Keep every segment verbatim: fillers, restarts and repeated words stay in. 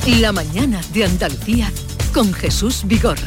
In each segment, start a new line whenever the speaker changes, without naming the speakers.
La mañana de Andalucía con Jesús Vigorra.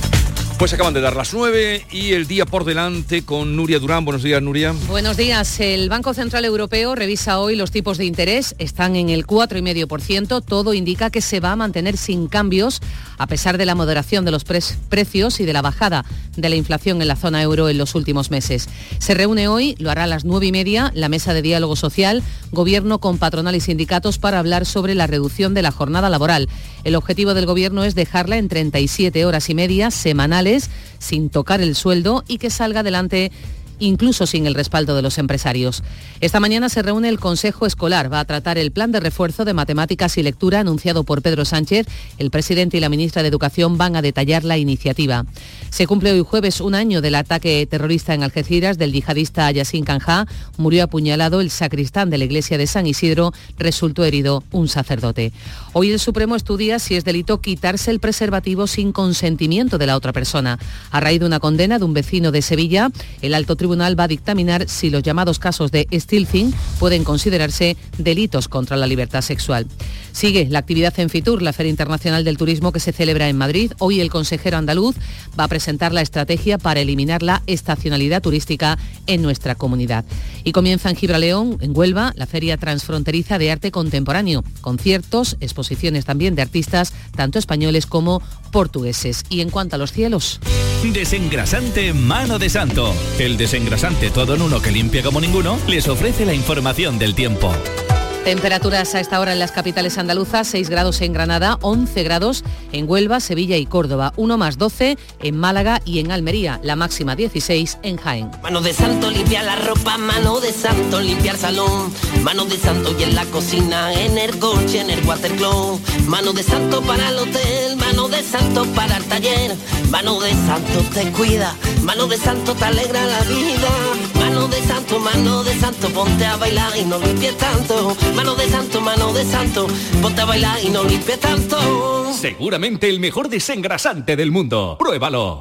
Pues acaban de dar las nueve y el día por delante con Nuria Durán. Buenos días, Nuria.
Buenos días. El Banco Central Europeo revisa hoy los tipos de interés. Están en el cuatro coma cinco por ciento. Todo indica que se va a mantener sin cambios a pesar de la moderación de los pre- precios y de la bajada de la inflación en la zona euro en los últimos meses. Se reúne hoy, lo hará a las nueve y media, la mesa de diálogo social, gobierno con patronal y sindicatos para hablar sobre la reducción de la jornada laboral. El objetivo del gobierno es dejarla en treinta y siete horas y media semanales sin tocar el sueldo y que salga adelante incluso sin el respaldo de los empresarios. Esta mañana se reúne el Consejo Escolar. Va a tratar el plan de refuerzo de matemáticas y lectura anunciado por Pedro Sánchez. El presidente y la ministra de Educación van a detallar la iniciativa. Se cumple hoy jueves un año del ataque terrorista en Algeciras del yihadista Yassin Khanjá. Murió apuñalado el sacristán de la iglesia de San Isidro. Resultó herido un sacerdote. Hoy el Supremo estudia si es delito quitarse el preservativo sin consentimiento de la otra persona. A raíz de una condena de un vecino de Sevilla, el alto tribunal va a dictaminar si los llamados casos de stilting pueden considerarse delitos contra la libertad sexual. Sigue la actividad en Fitur, la Feria Internacional del Turismo que se celebra en Madrid. Hoy el consejero andaluz va a presentar la estrategia para eliminar la estacionalidad turística en nuestra comunidad. Y comienza en Gibraleón, en Huelva, la Feria Transfronteriza de Arte Contemporáneo. Conciertos, exposiciones también de artistas, tanto españoles como portugueses. Y en cuanto a los cielos...
Desengrasante Mano de Santo. El desengrasante todo en uno que limpia como ninguno les ofrece la información del tiempo.
Temperaturas a esta hora en las capitales andaluzas, seis grados en Granada, once grados en Huelva, Sevilla y Córdoba, uno más doce en Málaga y en Almería, la máxima dieciséis en Jaén.
Mano de santo limpia la ropa, mano de santo limpia el salón, mano de santo y en la cocina, en el coche, en el watercloak, mano de santo para el hotel, mano de santo para el taller, mano de santo te cuida, mano de santo te alegra la vida, mano de santo, mano de santo, ponte a bailar y no limpies tanto. Mano de santo, mano de santo, ponte a bailar y no limpies tanto.
Seguramente el mejor desengrasante del mundo. ¡Pruébalo!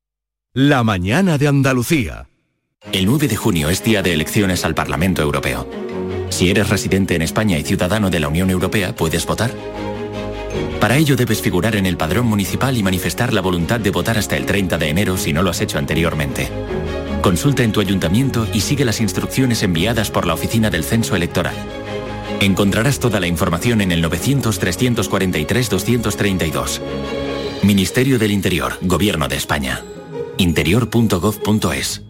La mañana de Andalucía.
El nueve de junio es día de elecciones al Parlamento Europeo. Si eres residente en España y ciudadano de la Unión Europea, puedes votar. Para ello debes figurar en el padrón municipal y manifestar la voluntad de votar hasta el treinta de enero si no lo has hecho anteriormente. Consulta en tu ayuntamiento y sigue las instrucciones enviadas por la Oficina del Censo Electoral. Encontrarás toda la información en el novecientos, trescientos cuarenta y tres, doscientos treinta y dos. Ministerio del Interior, Gobierno de España. interior punto gov punto es.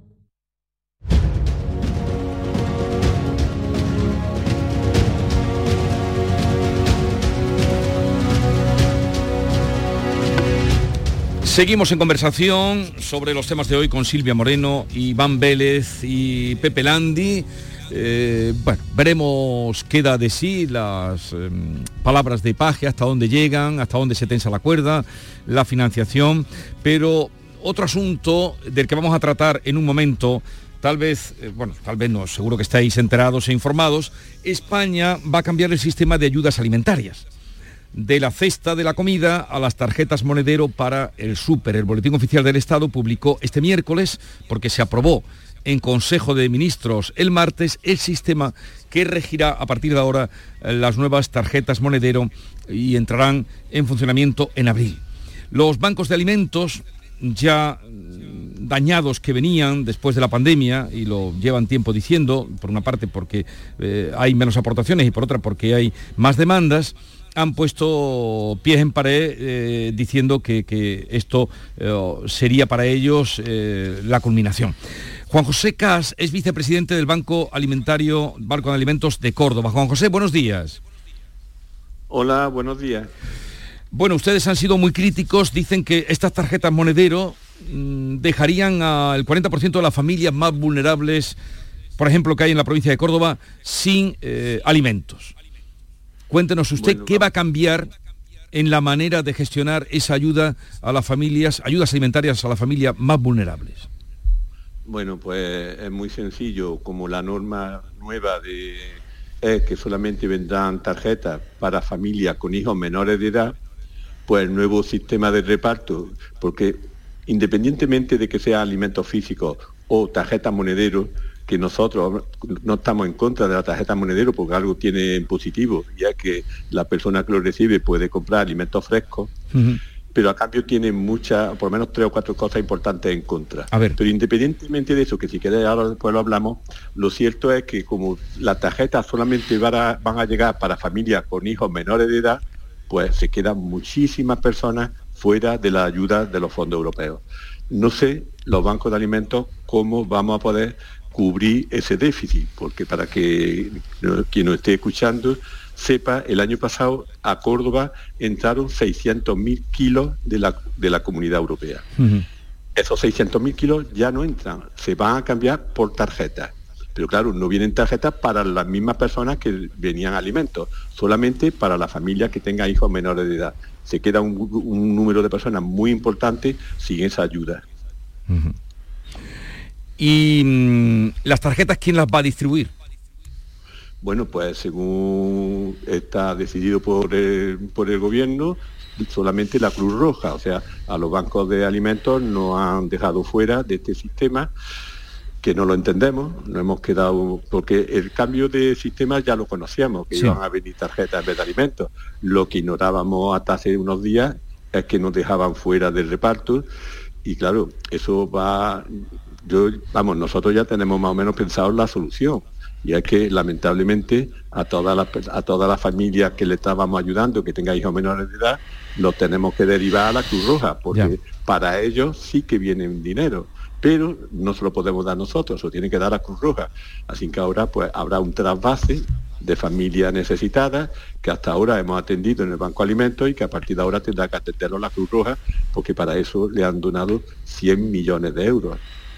Seguimos en conversación sobre los temas de hoy con Silvia Moreno, Iván Vélez y Pepe Landi. Eh, bueno, veremos qué da de sí las eh, palabras de Paje, hasta dónde llegan, hasta dónde se tensa la cuerda, la financiación, pero otro asunto del que vamos a tratar en un momento, tal vez, eh, bueno, tal vez no, seguro que estáis enterados e informados, España va a cambiar el sistema de ayudas alimentarias. De la cesta de la comida a las tarjetas monedero para el súper. El Boletín Oficial del Estado publicó este miércoles, porque se aprobó en Consejo de Ministros el martes, el sistema que regirá a partir de ahora las nuevas tarjetas monedero y entrarán en funcionamiento en abril. Los bancos de alimentos ya dañados que venían después de la pandemia, y lo llevan tiempo diciendo, por una parte porque eh, hay menos aportaciones y por otra porque hay más demandas, han puesto pies en pared eh, diciendo que, que esto eh, sería para ellos eh, la culminación. Juan José Cas es vicepresidente del Banco Alimentario, Banco de Alimentos de Córdoba. Juan José, buenos días.
Hola, buenos días.
Bueno, ustedes han sido muy críticos, dicen que estas tarjetas monedero mmm, dejarían al cuarenta por ciento de las familias más vulnerables, por ejemplo, que hay en la provincia de Córdoba, sin eh, alimentos. Cuéntenos usted bueno, qué va a cambiar en la manera de gestionar esa ayuda a las familias, ayudas alimentarias a las familias más vulnerables.
Bueno, pues es muy sencillo, como la norma nueva de es que solamente vendrán tarjetas para familias con hijos menores de edad, pues el nuevo sistema de reparto, porque independientemente de que sea alimentos físicos o tarjetas monedero, que nosotros no estamos en contra de la tarjeta monedero porque algo tiene en positivo, ya que la persona que lo recibe puede comprar alimentos frescos, uh-huh. pero a cambio tiene muchas, por lo menos tres o cuatro cosas importantes en contra.
A ver.
Pero independientemente de eso, que si queréis ahora después lo hablamos, lo cierto es que como las tarjetas solamente van a, van a llegar para familias con hijos menores de edad, pues se quedan muchísimas personas fuera de la ayuda de los fondos europeos. No sé, los bancos de alimentos, cómo vamos a poder cubrir ese déficit, porque para que quien nos esté escuchando sepa, el año pasado a Córdoba entraron seiscientos mil kilos de la, de la Comunidad Europea. Uh-huh. Esos seiscientos mil kilos ya no entran, se van a cambiar por tarjetas. Pero claro, no vienen tarjetas para las mismas personas que venían alimentos, solamente para las familias que tengan hijos menores de edad. Se queda un, un número de personas muy importante sin esa ayuda.
Uh-huh. ¿Y mmm, las tarjetas quién las va a distribuir?
Bueno, pues según está decidido por el, por el gobierno, solamente la Cruz Roja, o sea, a los bancos de alimentos nos han dejado fuera de este sistema, que no lo entendemos, no hemos quedado, porque el cambio de sistema ya lo conocíamos, que sí. iban a venir tarjetas en vez de alimentos. Lo que ignorábamos hasta hace unos días es que nos dejaban fuera del reparto, y claro, eso va, yo, vamos, nosotros ya tenemos más o menos pensado la solución. Y es que lamentablemente a todas las a todas las familias que le estábamos ayudando, que tengan hijos menores de edad, los tenemos que derivar a la Cruz Roja, porque ya. para ellos sí que viene dinero, pero no se lo podemos dar nosotros, se lo tiene que dar a la Cruz Roja. Así que ahora pues habrá un trasvase de familias necesitadas que hasta ahora hemos atendido en el Banco Alimentos y que a partir de ahora tendrá que atenderlo la Cruz Roja, porque para eso le han donado cien millones de euros.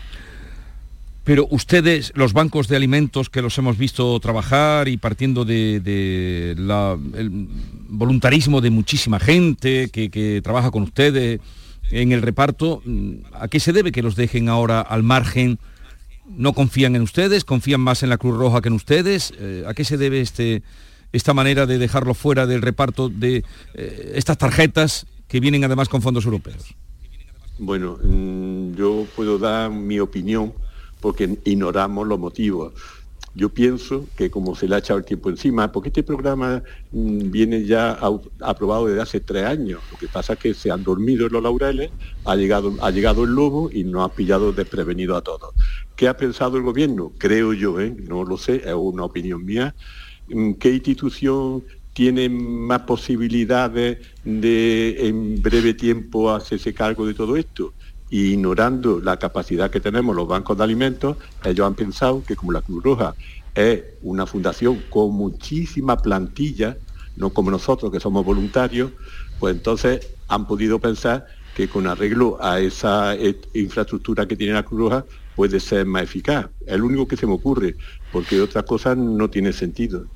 Pero ustedes, los bancos de alimentos que los hemos visto trabajar y partiendo de, de la, el voluntarismo de muchísima gente que, que trabaja con ustedes en el reparto, ¿a qué se debe que los dejen ahora al margen? ¿No confían en ustedes? ¿Confían más en la Cruz Roja que en ustedes? ¿A qué se debe este, esta manera de dejarlo fuera del reparto de eh, estas tarjetas que vienen además con fondos europeos?
Bueno, yo puedo dar mi opinión, porque ignoramos los motivos. Yo pienso que como se le ha echado el tiempo encima, porque este programa mmm, viene ya a, aprobado desde hace tres años, lo que pasa es que se han dormido en los laureles, ha llegado, ha llegado el lobo y nos ha pillado desprevenido a todos. ¿Qué ha pensado el gobierno? Creo yo, ¿eh? no lo sé, es una opinión mía. ¿Qué institución tiene más posibilidades de en breve tiempo hacerse cargo de todo esto? Y ignorando la capacidad que tenemos los bancos de alimentos, ellos han pensado que como la Cruz Roja es una fundación con muchísima plantilla, no como nosotros que somos voluntarios, pues entonces han podido pensar que con arreglo a esa infraestructura que tiene la Cruz Roja puede ser más eficaz. Es lo único que se me ocurre, porque otras cosas no tiene sentido.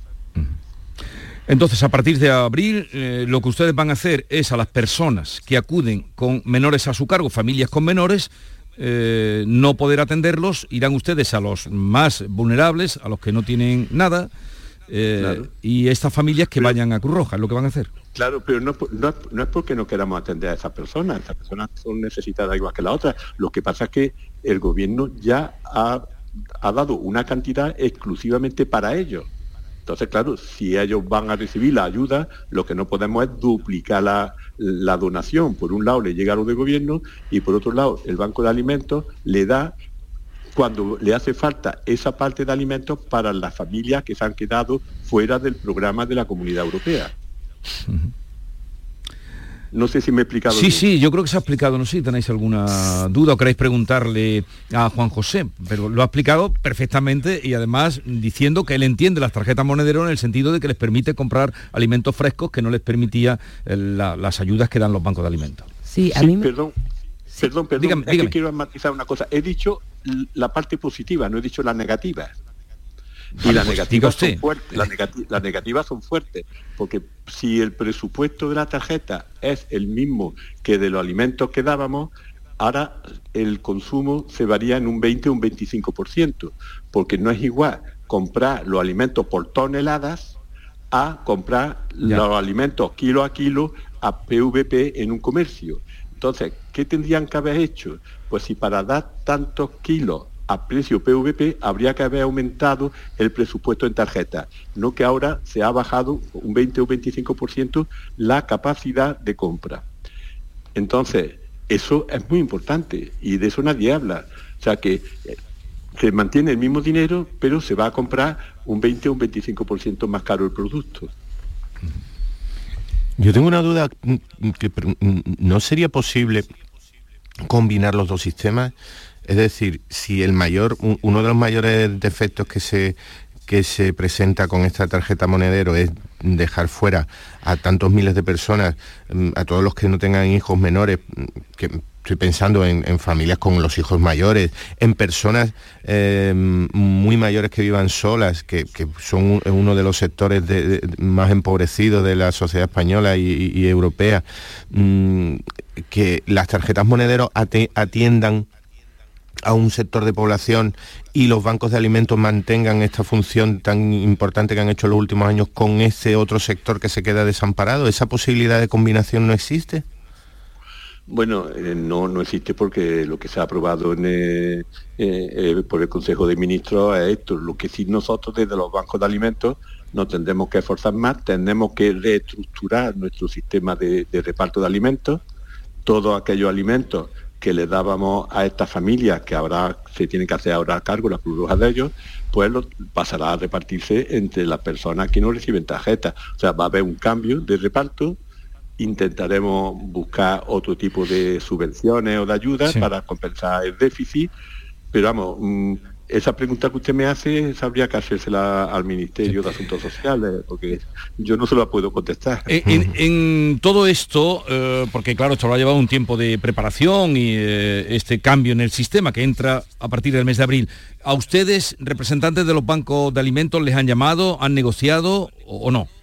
Entonces, a partir de abril, eh, lo que ustedes van a hacer es a las personas que acuden con menores a su cargo, familias con menores, eh, no poder atenderlos, irán ustedes a los más vulnerables, a los que no tienen nada, eh, claro. y estas familias que pero, vayan a Cruz Roja, es lo que van a hacer.
Claro, pero no, no, no es porque no queramos atender a esas personas, esas personas son necesitadas igual que las otras. Lo que pasa es que el gobierno ya ha, ha dado una cantidad exclusivamente para ellos. Entonces, claro, si ellos van a recibir la ayuda, lo que no podemos es duplicar la, la donación. Por un lado le llega a lo del gobierno y por otro lado el Banco de Alimentos le da, cuando le hace falta esa parte de alimentos para las familias que se han quedado fuera del programa de la Comunidad Europea. Uh-huh. No sé si me he explicado
Sí,
bien.
sí, yo creo que se ha explicado, no sé si tenéis alguna duda o queréis preguntarle a Juan José, pero lo ha explicado perfectamente y además diciendo que él entiende las tarjetas monedero en el sentido de que les permite comprar alimentos frescos que no les permitía la, las ayudas que dan los bancos de alimentos.
Sí, a
sí,
mí me...
Perdón, sí. perdón, perdón, dígame, es dígame. que quiero matizar una cosa. He dicho la parte positiva, no he dicho la negativa. Y las negativas son fuertes, las, negati- las negativas son fuertes, porque si el presupuesto de la tarjeta es el mismo que de los alimentos que dábamos, ahora el consumo se varía en un veinte o un veinticinco por ciento, porque no es igual comprar los alimentos por toneladas a comprar ya. los alimentos kilo a kilo a P V P en un comercio. Entonces, ¿qué tendrían que haber hecho? Pues si para dar tantos kilos a precio P V P, habría que haber aumentado el presupuesto en tarjeta, no que ahora se ha bajado un veinte o veinticinco por ciento la capacidad de compra. Entonces, eso es muy importante y de eso nadie habla. O sea que eh, se mantiene el mismo dinero, pero se va a comprar un veinte o un veinticinco por ciento más caro el producto.
Yo tengo una duda, que ¿no sería posible combinar los dos sistemas? Es decir, si el mayor, uno de los mayores defectos que se que se presenta con esta tarjeta monedero es dejar fuera a tantos miles de personas, a todos los que no tengan hijos menores, que estoy pensando en, en familias con los hijos mayores, en personas eh, muy mayores que vivan solas, que, que son uno de los sectores de, de, más empobrecidos de la sociedad española y, y, y europea, mmm, que las tarjetas monedero ati- atiendan a un sector de población y los bancos de alimentos mantengan esta función tan importante que han hecho en los últimos años con ese otro sector que se queda desamparado. ¿Esa posibilidad de combinación no existe?
Bueno, eh, no, no existe porque lo que se ha aprobado en, eh, eh, por el Consejo de Ministros es esto. Lo que sí nosotros desde los bancos de alimentos nos tendremos que esforzar más, tenemos que reestructurar nuestro sistema de, de reparto de alimentos, todos aquellos alimentos que le dábamos a estas familias, que ahora se tienen que hacer ahora a cargo la Cruz Roja de ellos, pues lo, pasará a repartirse entre las personas que no reciben tarjetas. O sea, va a haber un cambio de reparto, intentaremos buscar otro tipo de subvenciones o de ayudas sí. para compensar el déficit, pero vamos, mmm, esa pregunta que usted me hace, habría que hacérsela al Ministerio sí. de Asuntos Sociales, porque yo no se la puedo contestar.
En, en, en todo esto, eh, porque claro, esto lo ha llevado un tiempo de preparación y eh, este cambio en el sistema que entra a partir del mes de abril, ¿a ustedes, representantes de los bancos de alimentos, les han llamado, han negociado o, o no?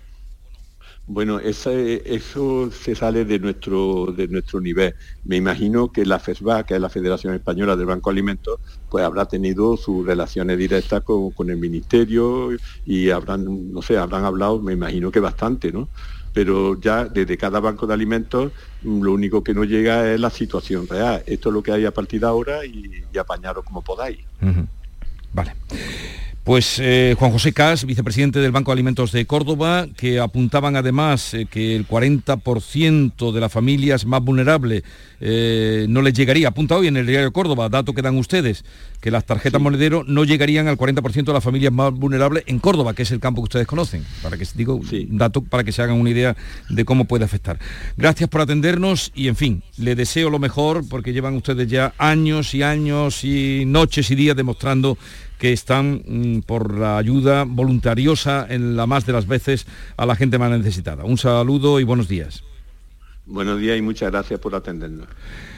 Bueno, ese, eso se sale de nuestro de nuestro nivel. Me imagino que la FESBA, que es la Federación Española del Banco de Alimentos, pues habrá tenido sus relaciones directas con, con el Ministerio y habrán, no sé, habrán hablado, me imagino que bastante, ¿no? Pero ya desde cada banco de alimentos lo único que nos llega es la situación real. Esto es lo que hay a partir de ahora y, y apañaros como podáis.
Uh-huh. Vale. Pues eh, Juan José Cas, vicepresidente del Banco de Alimentos de Córdoba, que apuntaban además eh, que el cuarenta por ciento de las familias más vulnerables eh, no les llegaría, apunta hoy en el diario Córdoba, dato que dan ustedes, que las tarjetas sí. monedero no llegarían al cuarenta por ciento de las familias más vulnerables en Córdoba, que es el campo que ustedes conocen, para que digo sí. un dato para que se hagan una idea de cómo puede afectar. Gracias por atendernos y en fin, le deseo lo mejor porque llevan ustedes ya años y años y noches y días demostrando que están mm, por la ayuda voluntariosa en la más de las veces a la gente más necesitada. Un saludo y buenos días.
Buenos días y muchas gracias por atendernos.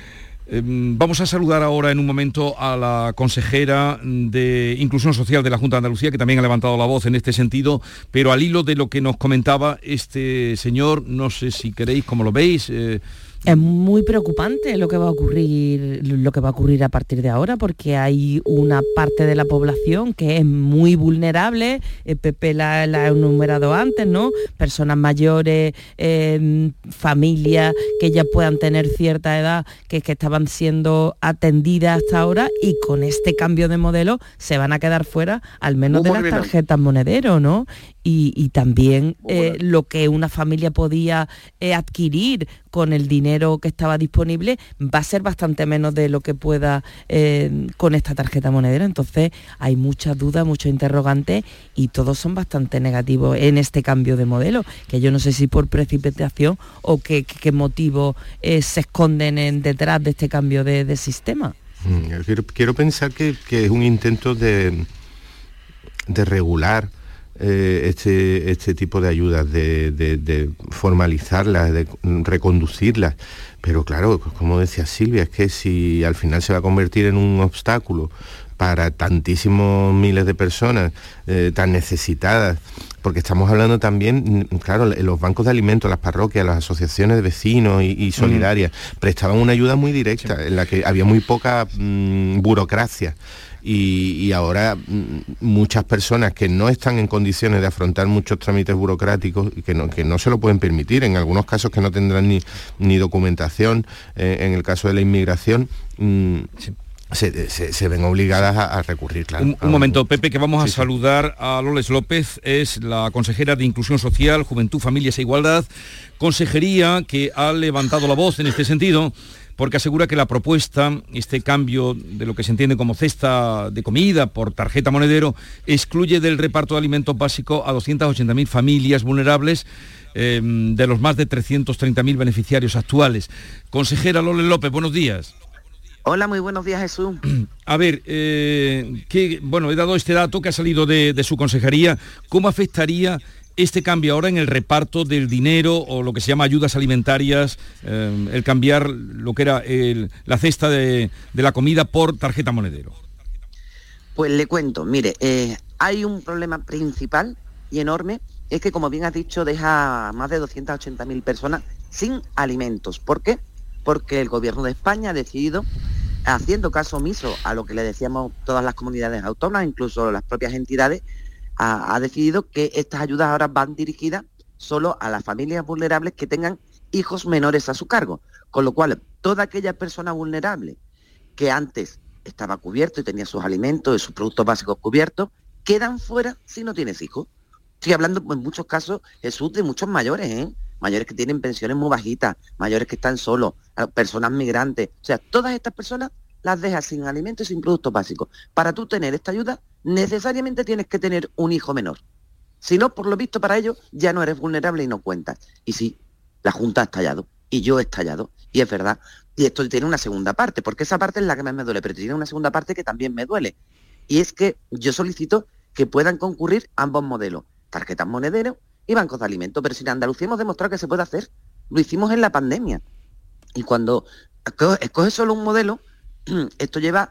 Eh, vamos a saludar ahora en un momento a la consejera de Inclusión Social de la Junta de Andalucía, que también ha levantado la voz en este sentido, pero al hilo de lo que nos comentaba este señor, no sé si queréis, como lo veis... Eh,
Es muy preocupante lo que va a ocurrir, lo que va a ocurrir a partir de ahora, porque hay una parte de la población que es muy vulnerable. El Pepe la, la ha enumerado antes, ¿no? Personas mayores, eh, familias que ya puedan tener cierta edad, que, que estaban siendo atendidas hasta ahora, y con este cambio de modelo se van a quedar fuera, al menos de las tarjetas monedero, ¿no? Y, y también eh, lo que una familia podía eh, adquirir con el dinero que estaba disponible va a ser bastante menos de lo que pueda eh, con esta tarjeta monedera. Entonces hay muchas dudas, muchos interrogantes y todos son bastante negativos en este cambio de modelo, que yo no sé si por precipitación o qué, qué motivos eh, se esconden en, detrás de este cambio de, de sistema.
Quiero, quiero pensar que, que es un intento de, de regular Eh, este, este tipo de ayudas, de, de, de formalizarlas, de reconducirlas. Pero claro, como decía Silvia, es que si al final se va a convertir en un obstáculo para tantísimos miles de personas eh, tan necesitadas, porque estamos hablando también, claro, los bancos de alimentos, las parroquias, las asociaciones de vecinos y, y solidarias, mm. prestaban una ayuda muy directa, sí. en la que había muy poca mmm, burocracia. Y, y ahora muchas personas que no están en condiciones de afrontar muchos trámites burocráticos y que no, que no se lo pueden permitir, en algunos casos que no tendrán ni, ni documentación, eh, en el caso de la inmigración, mmm, sí. se, se, se ven obligadas a, a recurrir, claro.
Un, un momento, Pepe, que vamos
sí,
a saludar
sí.
a Loles López, es la consejera de Inclusión Social, Juventud, Familias e Igualdad, consejería que ha levantado la voz en este sentido, porque asegura que la propuesta, este cambio de lo que se entiende como cesta de comida por tarjeta monedero, excluye del reparto de alimentos básicos a doscientas ochenta mil familias vulnerables eh, de los más de trescientos treinta mil beneficiarios actuales. Consejera Loles López, buenos días.
Hola, muy buenos días, Jesús.
A ver, eh, que, bueno, he dado este dato que ha salido de, de su consejería. ¿Cómo afectaría este cambio ahora en el reparto del dinero o lo que se llama ayudas alimentarias, eh, el cambiar lo que era el, la cesta de, de la comida por tarjeta monedero?
Pues le cuento, mire, eh, hay un problema principal y enorme, es que como bien has dicho, deja a más de doscientas ochenta mil personas sin alimentos. ¿Por qué? Porque el gobierno de España ha decidido, haciendo caso omiso a lo que le decíamos todas las comunidades autónomas, incluso las propias entidades, ha, ha decidido que estas ayudas ahora van dirigidas solo a las familias vulnerables que tengan hijos menores a su cargo. Con lo cual, toda aquella persona vulnerable que antes estaba cubierto y tenía sus alimentos y sus productos básicos cubiertos, quedan fuera si no tienes hijos. Estoy hablando en muchos casos, Jesús, de muchos mayores, ¿eh? Mayores que tienen pensiones muy bajitas, mayores que están solos, personas migrantes. O sea, todas estas personas las dejas sin alimentos y sin productos básicos. Para tú tener esta ayuda, necesariamente tienes que tener un hijo menor. Si no, por lo visto para ello, ya no eres vulnerable y no cuentas. Y sí, la Junta ha estallado, y yo he estallado, y es verdad. Y esto tiene una segunda parte, porque esa parte es la que más me duele, pero tiene una segunda parte que también me duele. Y es que yo solicito que puedan concurrir ambos modelos, tarjetas monedero y bancos de alimentos, pero si en Andalucía hemos demostrado que se puede hacer, lo hicimos en la pandemia. Y cuando escoges solo un modelo, esto lleva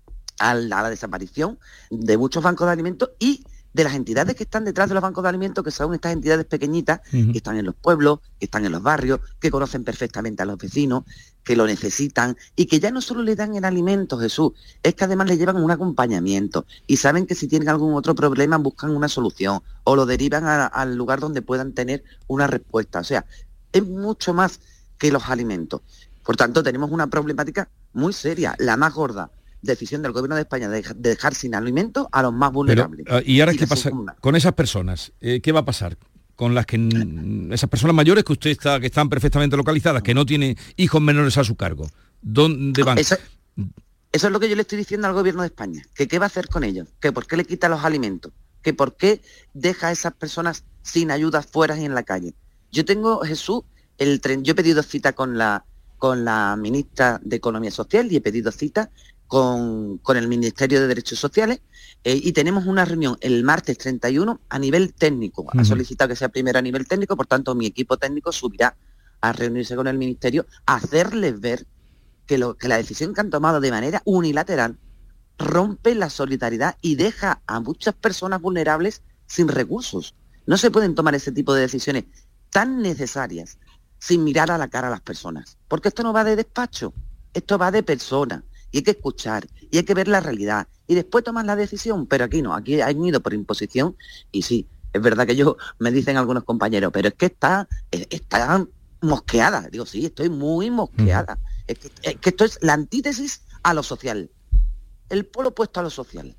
a la, a la desaparición de muchos bancos de alimentos y de las entidades que están detrás de los bancos de alimentos, que son estas entidades pequeñitas, uh-huh. que están en los pueblos, que están en los barrios, que conocen perfectamente a los vecinos, que lo necesitan, y que ya no solo le dan el alimento, Jesús, es que además le llevan un acompañamiento, y saben que si tienen algún otro problema buscan una solución, o lo derivan a, al lugar donde puedan tener una respuesta. O sea, es mucho más que los alimentos. Por tanto, tenemos una problemática muy seria, la más gorda. Decisión del gobierno de España de dejar sin alimentos a los más vulnerables.
Pero, uh, ¿y ahora y qué pasa segunda. con esas personas? Eh, ¿Qué va a pasar con las que esas personas mayores que usted está, que están perfectamente localizadas, que no tienen hijos menores a su cargo? ¿Dónde van?
Eso, eso es lo que yo le estoy diciendo al gobierno de España, que qué va a hacer con ellos, que por qué le quita los alimentos, que por qué deja a esas personas sin ayuda fuera y en la calle. Yo tengo, Jesús, el tren, yo he pedido cita con la con la ministra de Economía Social y he pedido cita Con, con el Ministerio de Derechos Sociales eh, y tenemos una reunión el martes treinta y uno a nivel técnico. Uh-huh. Ha solicitado que sea primero a nivel técnico, por tanto mi equipo técnico subirá a reunirse con el Ministerio, a hacerles ver que, lo, que la decisión que han tomado de manera unilateral rompe la solidaridad y deja a muchas personas vulnerables sin recursos. No se pueden tomar ese tipo de decisiones tan necesarias sin mirar a la cara a las personas, porque esto no va de despacho, esto va de persona. Y hay que escuchar, y hay que ver la realidad, y después tomar la decisión, pero aquí no, aquí han ido por imposición, y sí, es verdad que yo, me dicen algunos compañeros, pero es que está, está mosqueada, digo, sí, estoy muy mosqueada, mm. es, que, es que esto es la antítesis a lo social, el polo opuesto a lo social.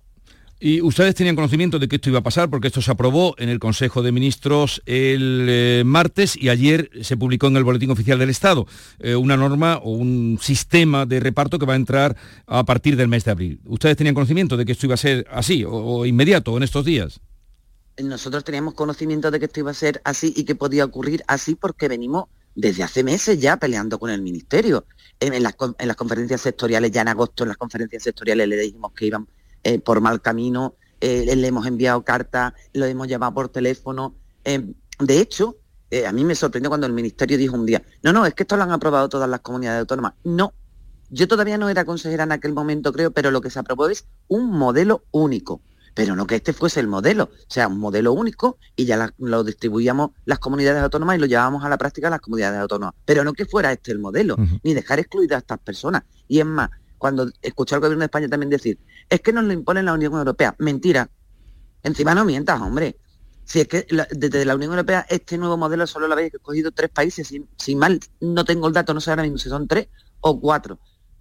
¿Y ustedes tenían conocimiento de que esto iba a pasar? Porque esto se aprobó en el Consejo de Ministros el eh, martes y ayer se publicó en el Boletín Oficial del Estado eh, una norma o un sistema de reparto que va a entrar a partir del mes de abril. ¿Ustedes tenían conocimiento de que esto iba a ser así o, o inmediato o en estos días?
Nosotros teníamos conocimiento de que esto iba a ser así y que podía ocurrir así porque venimos desde hace meses ya peleando con el Ministerio. En, en, las, en las conferencias sectoriales, ya en agosto en las conferencias sectoriales le dijimos que iban Eh, por mal camino, eh, le hemos enviado cartas, lo hemos llamado por teléfono. Eh, de hecho, eh, a mí me sorprendió cuando el Ministerio dijo un día, no, no, es que esto lo han aprobado todas las comunidades autónomas. No, yo todavía no era consejera en aquel momento, creo, pero lo que se aprobó es un modelo único, pero no que este fuese el modelo, o sea, un modelo único y ya la, lo distribuíamos las comunidades autónomas y lo llevábamos a la práctica a las comunidades autónomas, pero no que fuera este el modelo, uh-huh. ni dejar excluidas a estas personas. Y es más, cuando escuché al gobierno de España también decir, es que nos lo impone la Unión Europea. Mentira. Encima no mientas, hombre. Si es que la, desde la Unión Europea este nuevo modelo solo lo habéis escogido tres países, si, si mal no tengo el dato, no sé ahora mismo si son tres o cuatro.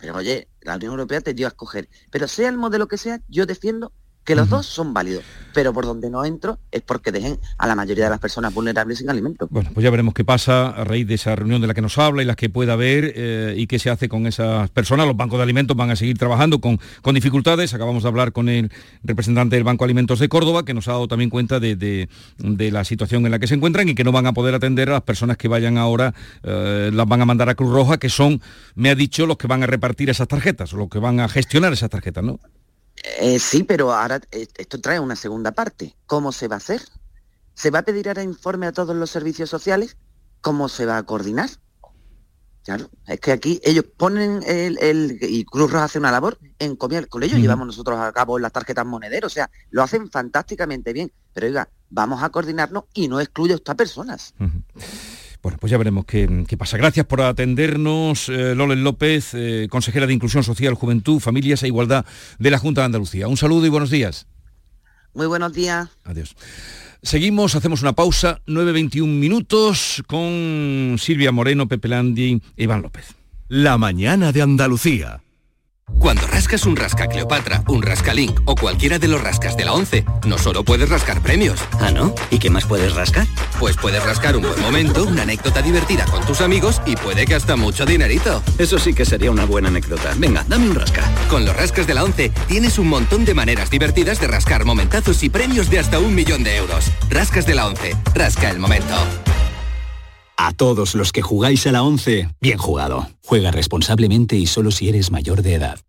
Pero oye, la Unión Europea te dio a escoger. Pero sea el modelo que sea, yo defiendo que los uh-huh. dos son válidos, pero por donde no entro es porque dejen a la mayoría de las personas vulnerables sin alimentos.
Bueno, pues ya veremos qué pasa a raíz de esa reunión de la que nos habla y las que pueda haber eh, y qué se hace con esas personas. Los bancos de alimentos van a seguir trabajando con, con dificultades. Acabamos de hablar con el representante del Banco de Alimentos de Córdoba, que nos ha dado también cuenta de, de, de la situación en la que se encuentran y que no van a poder atender a las personas que vayan ahora, eh, las van a mandar a Cruz Roja, que son, me ha dicho, los que van a repartir esas tarjetas, o los que van a gestionar esas tarjetas, ¿no?
Eh, sí, pero ahora esto trae una segunda parte. ¿Cómo se va a hacer? ¿Se va a pedir ahora informe a todos los servicios sociales? ¿Cómo se va a coordinar? Claro, es que aquí ellos ponen el, el y Cruz Roja hace una labor encomiable. Con ellos uh-huh. llevamos nosotros a cabo las tarjetas monederos, o sea, lo hacen fantásticamente bien. Pero oiga, vamos a coordinarnos y no excluyo a estas personas.
Uh-huh. Bueno, pues ya veremos qué, qué pasa. Gracias por atendernos, eh, Loles López, eh, consejera de Inclusión Social, Juventud, Familias e Igualdad de la Junta de Andalucía. Un saludo y buenos días.
Muy buenos días.
Adiós. Seguimos, hacemos una pausa, nueve veintiún minutos, con Silvia Moreno, Pepe Landi e Iván López.
La mañana de Andalucía.
Cuando rascas un Rasca Cleopatra, un Rasca Link o cualquiera de los rascas de la once, no solo puedes rascar premios.
¿Ah, no? ¿Y qué más puedes rascar?
Pues puedes rascar un buen momento, una anécdota divertida con tus amigos y puede que hasta mucho dinerito.
Eso sí que sería una buena anécdota. Venga, dame un rasca.
Con los rascas de la once tienes un montón de maneras divertidas de rascar momentazos y premios de hasta un millón de euros. Rascas de la once. Rasca el momento.
A todos los que jugáis a la once, bien jugado. Juega responsablemente y solo si eres mayor de edad.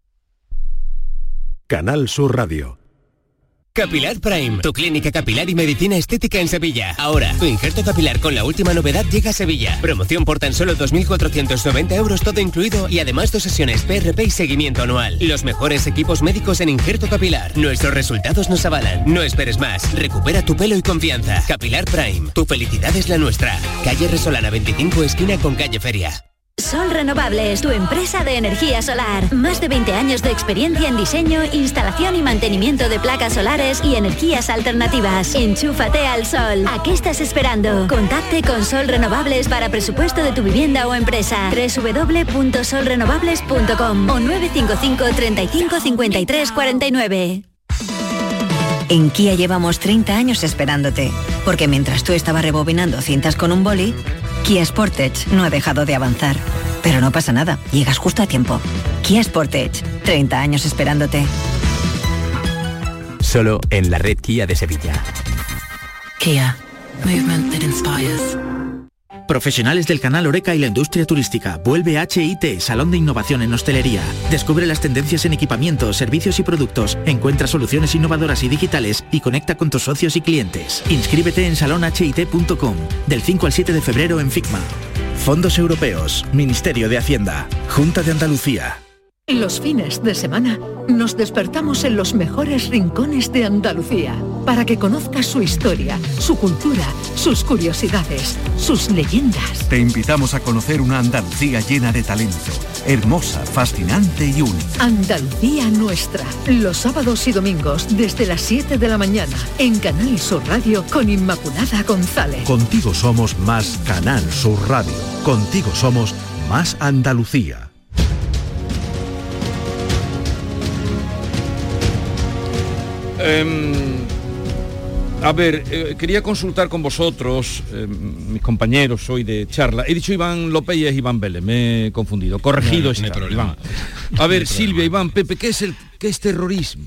Canal Sur Radio.
Capilar Prime, tu clínica capilar y medicina estética en Sevilla. Ahora, tu injerto capilar con la última novedad llega a Sevilla. Promoción por tan solo dos mil cuatrocientos noventa euros todo incluido y además dos sesiones P R P y seguimiento anual. Los mejores equipos médicos en injerto capilar. Nuestros resultados nos avalan. No esperes más. Recupera tu pelo y confianza. Capilar Prime, tu felicidad es la nuestra. Calle Resolana veinticinco, esquina con calle Feria.
Sol Renovables, tu empresa de energía solar. Más de veinte años de experiencia en diseño, instalación y mantenimiento de placas solares y energías alternativas. Enchúfate al sol. ¿A qué estás esperando? Contacte con Sol Renovables para presupuesto de tu vivienda o empresa. doble u doble u doble u punto sol renovables punto com o nueve cinco cinco, treinta y cinco, cincuenta y tres, cuarenta y nueve.
En Kia llevamos treinta años esperándote, porque mientras tú estabas rebobinando cintas con un boli, Kia Sportage no ha dejado de avanzar. Pero no pasa nada, llegas justo a tiempo. Kia Sportage, treinta años esperándote.
Solo en la red Kia de Sevilla.
Kia, movement that inspires. Profesionales del canal Horeca y la industria turística. Vuelve H I T, Salón de Innovación en Hostelería. Descubre las tendencias en equipamientos, servicios y productos. Encuentra soluciones innovadoras y digitales y conecta con tus socios y clientes. Inscríbete en salón h i t punto com del cinco al siete de febrero en Figma. Fondos Europeos, Ministerio de Hacienda, Junta de Andalucía.
Los fines de semana nos despertamos en los mejores rincones de Andalucía para que conozcas su historia, su cultura, sus curiosidades, sus leyendas.
Te invitamos a conocer una Andalucía llena de talento, hermosa, fascinante y única.
Andalucía nuestra, los sábados y domingos desde las siete de la mañana en Canal Sur Radio con Inmaculada González.
Contigo somos más Canal Sur Radio. Contigo somos más Andalucía.
Eh, a ver, eh, quería consultar con vosotros, eh, mis compañeros hoy de charla. He dicho Iván López y es Iván Vélez, me he confundido. Corregido
no, no
está, Iván. A ver, Silvia,
problema.
Iván, Pepe, ¿qué es el qué es terrorismo?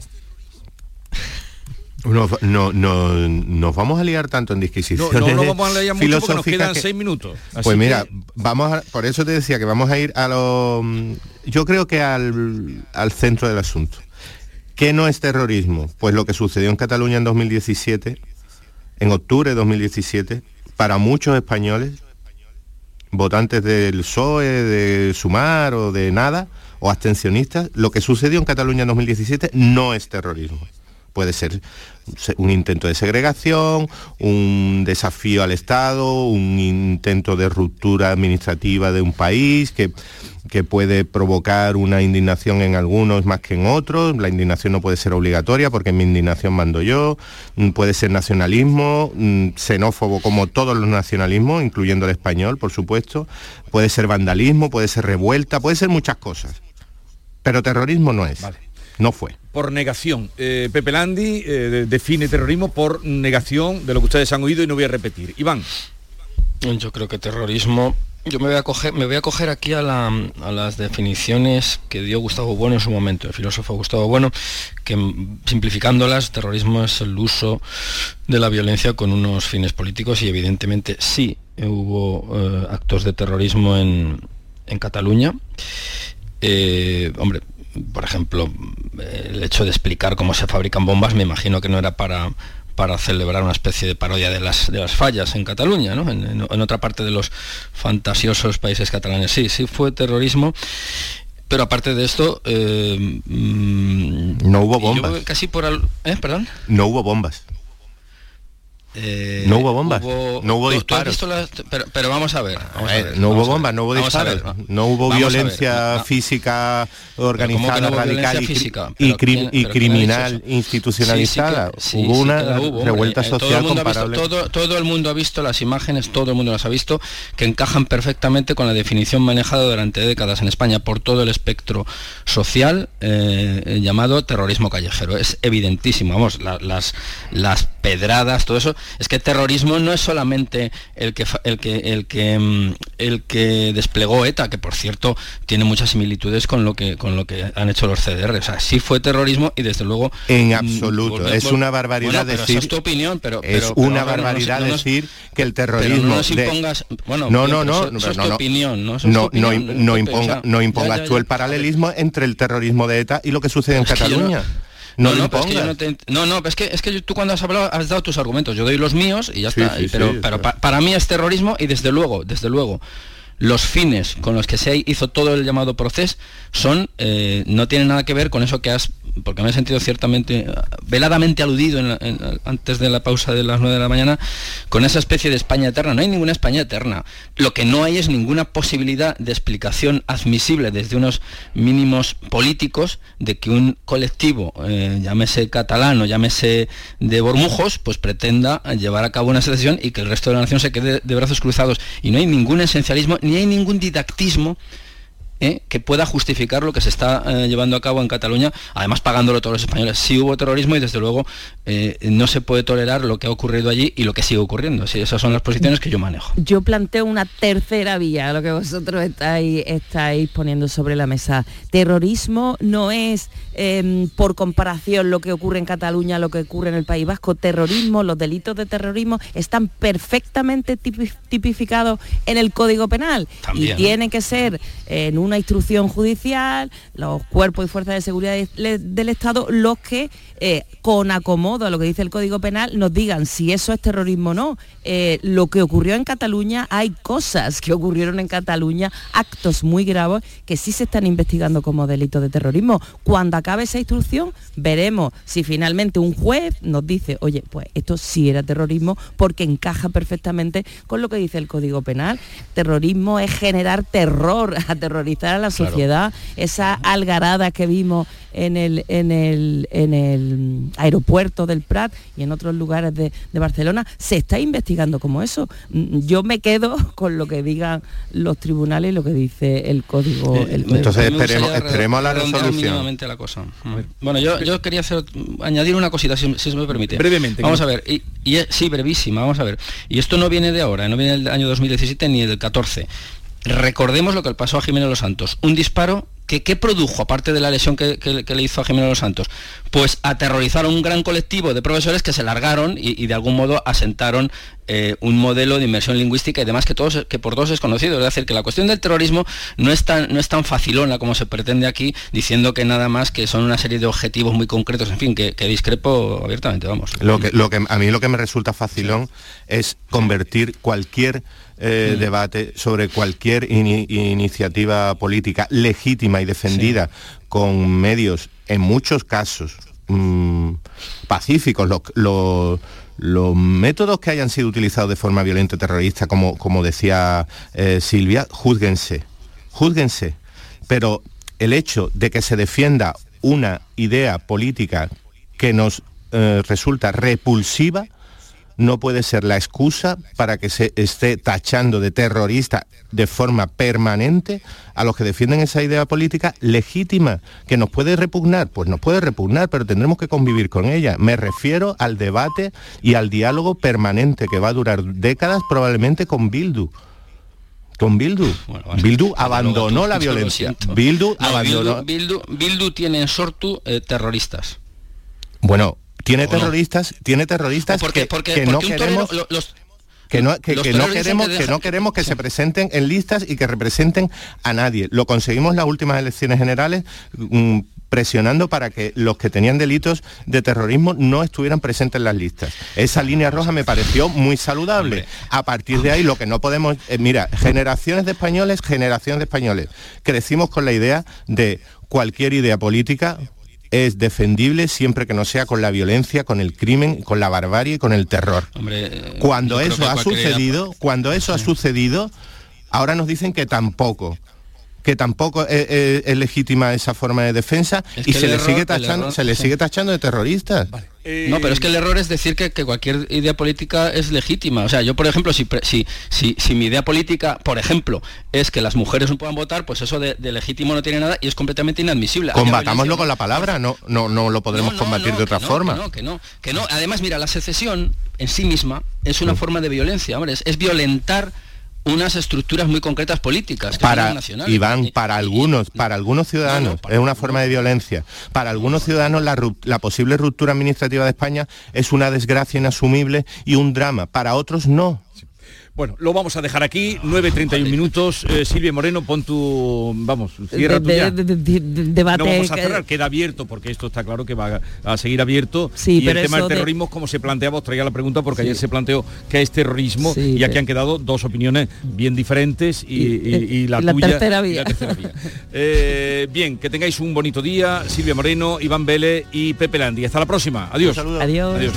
No, no, no, nos vamos a liar tanto en disquisiciones
No, no, no vamos a liar mucho porque nos quedan
que,
seis minutos. Así
pues mira,
que...
vamos a, por eso te decía que vamos a ir a lo, yo creo que al, al centro del asunto. ¿Qué no es terrorismo? Pues lo que sucedió en Cataluña en dos mil diecisiete, en octubre de dos mil diecisiete, para muchos españoles, votantes del P S O E, de Sumar o de nada, o abstencionistas, lo que sucedió en Cataluña en dos mil diecisiete no es terrorismo. Puede ser un intento de segregación, un desafío al Estado, un intento de ruptura administrativa de un país que, que puede provocar una indignación en algunos más que en otros. La indignación no puede ser obligatoria porque en mi indignación mando yo. Puede ser nacionalismo, xenófobo como todos los nacionalismos, incluyendo el español, por supuesto. Puede ser vandalismo, puede ser revuelta, puede ser muchas cosas. pero terrorismo no es. Vale. No fue.
Por negación. Eh, Pepe Landi eh, define terrorismo por negación de lo que ustedes han oído y no voy a repetir. Iván.
Yo creo que terrorismo... Yo me voy a coger, me voy a coger aquí a, la, a las definiciones que dio Gustavo Bueno en su momento, el filósofo Gustavo Bueno, que simplificándolas, terrorismo es el uso de la violencia con unos fines políticos y evidentemente sí hubo eh, actos de terrorismo en, en Cataluña. Eh, hombre, por ejemplo, el hecho de explicar cómo se fabrican bombas, me imagino que no era para... para celebrar una especie de parodia de las de las fallas en Cataluña, ¿no? En, en, en otra parte de los fantasiosos países catalanes. Sí, sí fue terrorismo, pero aparte de esto... Eh,
no hubo bombas.
Yo casi por... Al, ¿eh? ¿Perdón?
No hubo bombas.
Eh,
no hubo bombas,
hubo,
no hubo
¿tú,
disparos.
¿tú las, pero, pero vamos a ver. Vamos a ver
no
vamos
hubo bombas, no hubo disparos, no hubo vamos violencia visual organizada, no radical y, física, y, crim, y criminal institucionalizada. Sí, sí que, sí, hubo sí, una hubo, revuelta hombre, social todo comparable.
Visto, todo, todo el mundo ha visto las imágenes, todo el mundo las ha visto, que encajan perfectamente con la definición manejada durante décadas en España por todo el espectro social eh, llamado terrorismo callejero. Es evidentísimo, vamos, la, las, las pedradas, todo eso. Es que terrorismo no es solamente el que el que el que el que desplegó ETA, que por cierto tiene muchas similitudes con lo que con lo que han hecho los C D R. O sea, sí fue terrorismo y desde luego
en absoluto. Volver, es una barbaridad
bueno,
decir.
Esa es tu opinión, pero
es
pero,
una
pero,
barbaridad no nos,
decir
no nos, que el terrorismo.
No nos impongas. De, bueno,
no,
bien,
no, no,
eso,
no,
eso es
no,
tu
no,
opinión, no,
no,
opinión,
no, no, no, imponga,
o sea,
no impongas ya, ya, tú el paralelismo entre el terrorismo de ETA y lo que sucede en Cataluña.
No, no, no, es que yo no, te, no, no, es que es que tú cuando has hablado has dado tus argumentos, yo doy los míos y ya sí, está. Sí, pero sí, pero sí. Pa, para mí es terrorismo y desde luego, desde luego, los fines con los que se hizo todo el llamado proceso son eh, no tienen nada que ver con eso que has, porque me he sentido ciertamente veladamente aludido en la, en, antes de la pausa de las nueve de la mañana, con esa especie de España eterna. No hay ninguna España eterna. Lo que no hay es ninguna posibilidad de explicación admisible desde unos mínimos políticos de que un colectivo, eh, llámese catalán o llámese de Bormujos, pues pretenda llevar a cabo una secesión y que el resto de la nación se quede de brazos cruzados. Y no hay ningún esencialismo ni hay ningún didactismo ¿Eh? que pueda justificar lo que se está eh, llevando a cabo en Cataluña, además pagándolo todos los españoles. Sí hubo terrorismo y desde luego eh, no se puede tolerar lo que ha ocurrido allí y lo que sigue ocurriendo. Sí, esas son las posiciones que yo manejo.
Yo planteo una tercera vía, lo que vosotros estáis, estáis poniendo sobre la mesa. Terrorismo no es eh, por comparación lo que ocurre en Cataluña, lo que ocurre en el País Vasco. Terrorismo, los delitos de terrorismo están perfectamente tipificados en el Código Penal. También, y tienen que ser en un una instrucción judicial, los cuerpos y fuerzas de seguridad de, del Estado, los que eh, con acomodo a lo que dice el Código Penal nos digan si eso es terrorismo o no. Eh, lo que ocurrió en Cataluña, hay cosas que ocurrieron en Cataluña, actos muy graves que sí se están investigando como delitos de terrorismo. Cuando acabe esa instrucción, veremos si finalmente un juez nos dice, oye, pues esto sí era terrorismo porque encaja perfectamente con lo que dice el Código Penal. Terrorismo es generar terror, aterrorizar a la sociedad. Claro. Esa algarada que vimos en el, en el, en el aeropuerto del Prat y en otros lugares de, de Barcelona, se está investigando como eso. Yo me quedo con lo que digan los tribunales y lo que dice el Código.
Eh,
el código.
Entonces esperemos, esperemos la resolución.
La cosa. Bueno, yo, yo quería hacer, añadir una cosita, si, si se me permite.
Brevemente.
Vamos a ver, y, y sí, brevísima, vamos a ver. Y esto no viene de ahora, no viene del año dos mil diecisiete ni del catorce. Recordemos lo que le pasó a Jimeno Los Santos. Un disparo que ¿qué produjo, aparte de la lesión que, que, que le hizo a Jimeno Los Santos? Pues aterrorizaron un gran colectivo de profesores que se largaron y, y de algún modo asentaron eh, un modelo de inmersión lingüística y demás que, todos, que por todos es conocido. Es decir, que la cuestión del terrorismo no es tan, no es tan facilona como se pretende aquí, diciendo que nada más que son una serie de objetivos muy concretos, en fin, que, que discrepo abiertamente, vamos.
Lo que, lo que, a mí lo que me resulta facilón sí. es convertir cualquier Eh, mm. debate sobre cualquier in iniciativa política legítima y defendida sí. con medios, en muchos casos, mmm, pacíficos, los lo, lo métodos que hayan sido utilizados de forma violenta y terrorista, como, como decía eh, Silvia, júzguense, júzguense, pero el hecho de que se defienda una idea política que nos eh, resulta repulsiva, no puede ser la excusa para que se esté tachando de terrorista de forma permanente a los que defienden esa idea política legítima, que nos puede repugnar, pues nos puede repugnar, pero tendremos que convivir con ella. Me refiero al debate y al diálogo permanente que va a durar décadas probablemente con Bildu. Con Bildu. Bueno, vale. Bildu abandonó la violencia. Bildu
no,
abandonó...
Bildu, Bildu, Bildu tiene en Sortu eh, terroristas.
Bueno, tiene terroristas, no? tiene terroristas
porque,
que,
porque,
que
porque
no queremos...
Torero, los,
que no, que, que no queremos, que no queremos que sí. se presenten en listas y que representen a nadie. Lo conseguimos en las últimas elecciones generales, mmm, presionando para que los que tenían delitos de terrorismo no estuvieran presentes en las listas. Esa línea roja me pareció muy saludable. A partir de ahí lo que no podemos... Eh, mira, generaciones de españoles, generaciones de españoles, crecimos con la idea de cualquier idea política es defendible siempre que no sea con la violencia, con el crimen, con la barbarie y con el terror.
Hombre,
cuando eso ha sucedido, idea... cuando eso sí. ha sucedido, ahora nos dicen que tampoco. que tampoco es, es, es legítima esa forma de defensa es y se, error, le sigue tachando, error, se le sí. sigue tachando de terroristas. Vale.
Eh... No, pero es que el error es decir que, que cualquier idea política es legítima. O sea, yo, por ejemplo, si, si, si, si mi idea política, por ejemplo, es que las mujeres no puedan votar, pues eso de, de legítimo no tiene nada y es completamente inadmisible.
Combatámoslo con la palabra, no, no, no lo podremos no, no, combatir no, de otra
no,
forma.
Que no, que no, que no. Además, mira, la secesión en sí misma es una sí. forma de violencia, hombre, es, es violentar unas estructuras muy concretas políticas que
para
son nacionales.
Iván, para algunos para algunos ciudadanos no, no, para es una forma de violencia. Para algunos ciudadanos la, la posible ruptura administrativa de España es una desgracia inasumible y un drama. Para otros no.
Bueno, lo vamos a dejar aquí, nueve treinta y uno minutos. Eh, Silvia Moreno, pon tu... Vamos, cierra tú ya.
De, de, de, de, debate
no vamos a cerrar, queda abierto, porque esto está claro que va a, a seguir abierto. Sí, y pero el tema del terrorismo, de... como se planteaba, os traía la pregunta, porque sí. ayer se planteó qué es terrorismo, sí, y aquí pero... han quedado dos opiniones bien diferentes, y, y, y, y la,
la
tuya...
Tercera vía.
Y la tercera vía. eh, bien, que tengáis un bonito día, Silvia Moreno, Iván Vélez y Pepe Landi. Hasta la próxima. Adiós.
Adiós.
Adiós.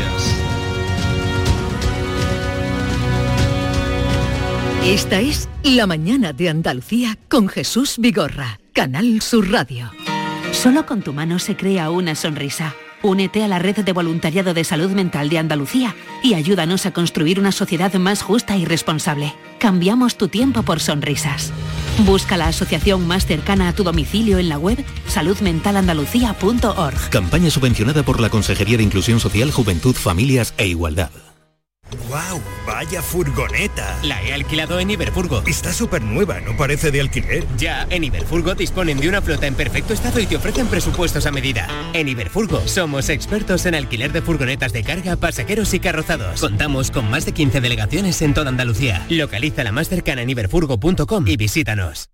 Esta es La Mañana de Andalucía con Jesús Vigorra, Canal Sur Radio.
Solo con tu mano se crea una sonrisa. Únete a la red de voluntariado de salud mental de Andalucía y ayúdanos a construir una sociedad más justa y responsable. Cambiamos tu tiempo por sonrisas. Busca la asociación más cercana a tu domicilio en la web salud mental andalucía punto org.
Campaña subvencionada por la Consejería de Inclusión Social, Juventud, Familias e Igualdad.
¡Guau! ¡Vaya furgoneta!
La he alquilado en Iberfurgo.
Está súper nueva, ¿no parece de alquiler?
Ya, en Iberfurgo disponen de una flota en perfecto estado y te ofrecen presupuestos a medida. En Iberfurgo somos expertos en alquiler de furgonetas de carga, pasajeros y carrozados. Contamos con más de quince delegaciones en toda Andalucía. Localiza la más cercana en iberfurgo punto com y visítanos.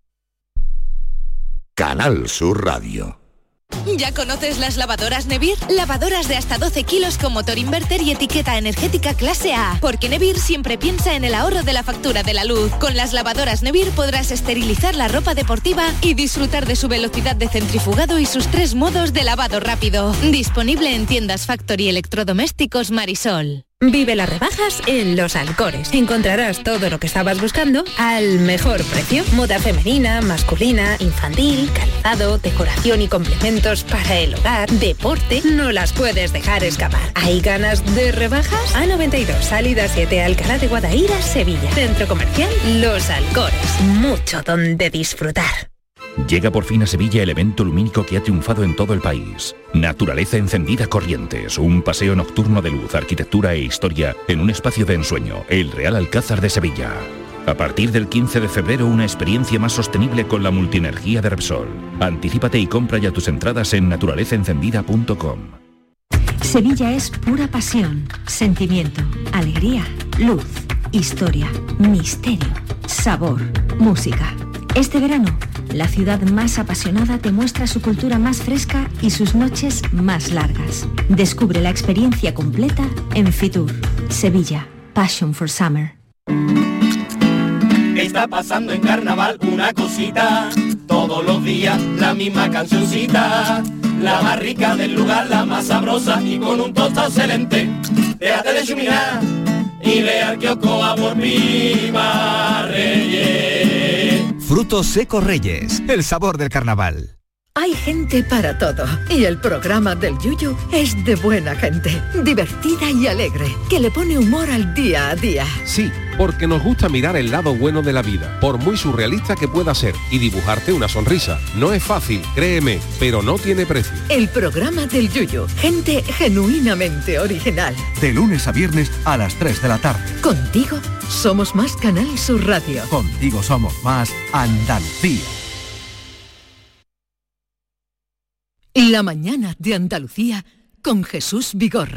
Canal Sur Radio.
¿Ya conoces las lavadoras Nevir? Lavadoras de hasta doce kilos con motor inverter y etiqueta energética clase A. Porque Nevir siempre piensa en el ahorro de la factura de la luz. Con las lavadoras Nevir podrás esterilizar la ropa deportiva y disfrutar de su velocidad de centrifugado y sus tres modos de lavado rápido. Disponible en tiendas Factory Electrodomésticos Marisol.
Vive las rebajas en Los Alcores. Encontrarás todo lo que estabas buscando al mejor precio. Moda femenina, masculina, infantil, calzado, decoración y complementos para el hogar, deporte. No las puedes dejar escapar. ¿Hay ganas de rebajas? A noventa y dos, salida siete, Alcalá de Guadaira, Sevilla. Centro Comercial Los Alcores. Mucho donde disfrutar.
Llega por fin a Sevilla el evento lumínico que ha triunfado en todo el país. Naturaleza encendida Corrientes, un paseo nocturno de luz, arquitectura e historia en un espacio de ensueño, el Real Alcázar de Sevilla. A partir del quince de febrero, una experiencia más sostenible con la multienergía de Repsol. Anticípate y compra ya tus entradas en naturaleza encendida punto com.
Sevilla es pura pasión, sentimiento, alegría, luz, historia, misterio, sabor, música. Este verano, la ciudad más apasionada te muestra su cultura más fresca y sus noches más largas. Descubre la experiencia completa en Fitur, Sevilla, Passion for Summer.
Está pasando en carnaval una cosita, todos los días la misma cancioncita, la más rica del lugar, la más sabrosa y con un tostado excelente. Déjate de chuminar y ve al kiosco a por Viva Reyes.
Frutos secos Reyes, el sabor del carnaval.
Hay gente para todo y el programa del Yuyu es de buena gente, divertida y alegre, que le pone humor al día a día.
Sí, porque nos gusta mirar el lado bueno de la vida, por muy surrealista que pueda ser, y dibujarte una sonrisa. No es fácil, créeme, pero no tiene precio.
El programa del Yuyu, gente genuinamente original.
De lunes a viernes a las tres de la tarde.
Contigo somos más Canal Sur Radio.
Contigo somos más Andalucía.
La mañana de Andalucía con Jesús Vigorra.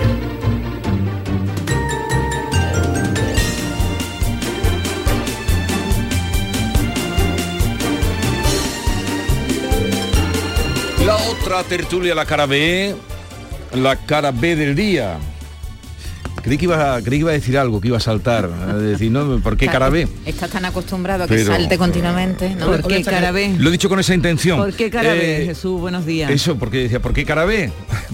La otra tertulia, la cara B, la cara B del día. Creí que iba a, creí que iba a decir algo, que iba a saltar. A decir, no, ¿por qué cara B?
Estás tan acostumbrado a que
Pero,
salte continuamente. ¿No?
¿Por
¿Por qué cara B?
Lo he dicho con esa intención.
¿Por qué cara
Eh,
B, Jesús? Buenos días.
Eso, porque decía, ¿por qué cara B?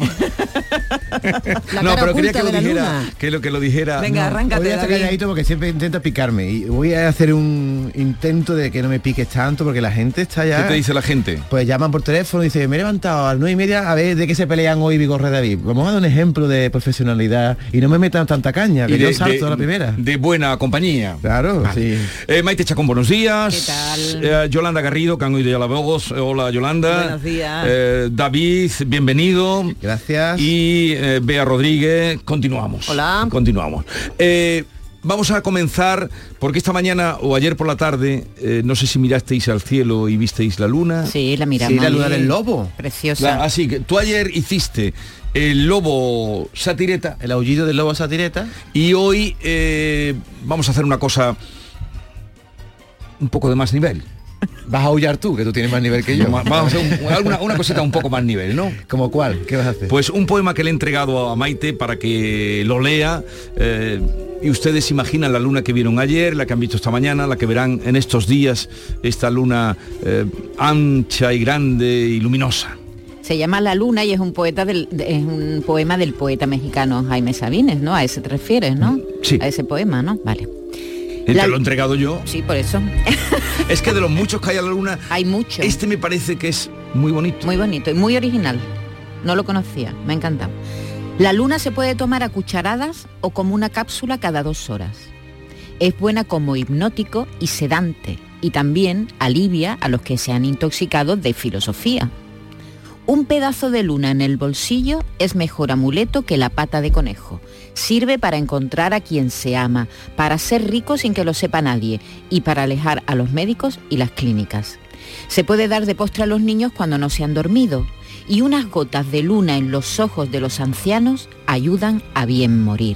La
no,
cara
pero quería
oculta
que lo
de la
dijera,
luna.
que lo que lo dijera.
Venga,
no.
arráncate,
Voy a estar
David.
calladito porque siempre intenta picarme y voy a hacer un intento de que no me piques tanto porque la gente está ya...
¿Qué te dice la gente?
Pues llaman por teléfono y dicen, me he levantado a las nueve y media a ver de qué se pelean hoy Vigorra y David. Vamos a dar un ejemplo de profesionalidad y no me metan tanta caña, que
Y
yo
de-
salto
de-
a la primera.
De buena compañía.
Claro,
Vale.
sí.
Eh, Maite Chacón, buenos días.
¿Qué tal?
Eh, Yolanda Garrido, que han oído ya la voz. Hola, Yolanda.
Buenos días.
Eh, David, bienvenido.
Gracias.
Y eh, Bea Rodríguez, continuamos.
Hola.
Continuamos. Eh, Vamos a comenzar, porque esta mañana o ayer por la tarde, eh, no sé si mirasteis al cielo y visteis la luna.
Sí, la miramos.
Sí, la luna del lobo.
Preciosa.
La- así que tú ayer hiciste el lobo satireta.
El aullido del lobo satireta.
Y hoy eh, vamos a hacer una cosa un poco de más nivel.
Vas a aullar tú, que tú tienes más nivel que yo.
Vamos a hacer un- alguna- una cosita un poco más nivel, ¿no?
¿Como cuál? ¿Qué vas a hacer?
Pues un poema que le he entregado a Maite para que lo lea. eh, y ustedes imaginan la luna que vieron ayer, la que han visto esta mañana, la que verán en estos días, esta luna eh, ancha y grande y luminosa.
Se llama La Luna y es un poeta del, de- es un poema del poeta mexicano Jaime Sabines, ¿no? A ese te refieres, ¿no?
Sí.
A ese poema, ¿no? Vale.
Eh,
La-
Te lo he entregado yo.
Sí, por eso.
Es que de los muchos que hay a la luna,
hay mucho.
Este me parece que es muy bonito.
Muy bonito y muy original. No lo conocía, me ha encantado. La luna se puede tomar a cucharadas o como una cápsula cada dos horas. Es buena como hipnótico y sedante y también alivia a los que se han intoxicado de filosofía. Un pedazo de luna en el bolsillo es mejor amuleto que la pata de conejo. Sirve para encontrar a quien se ama, para ser rico sin que lo sepa nadie y para alejar a los médicos y las clínicas. Se puede dar de postre a los niños cuando no se han dormido y unas gotas de luna en los ojos de los ancianos ayudan a bien morir.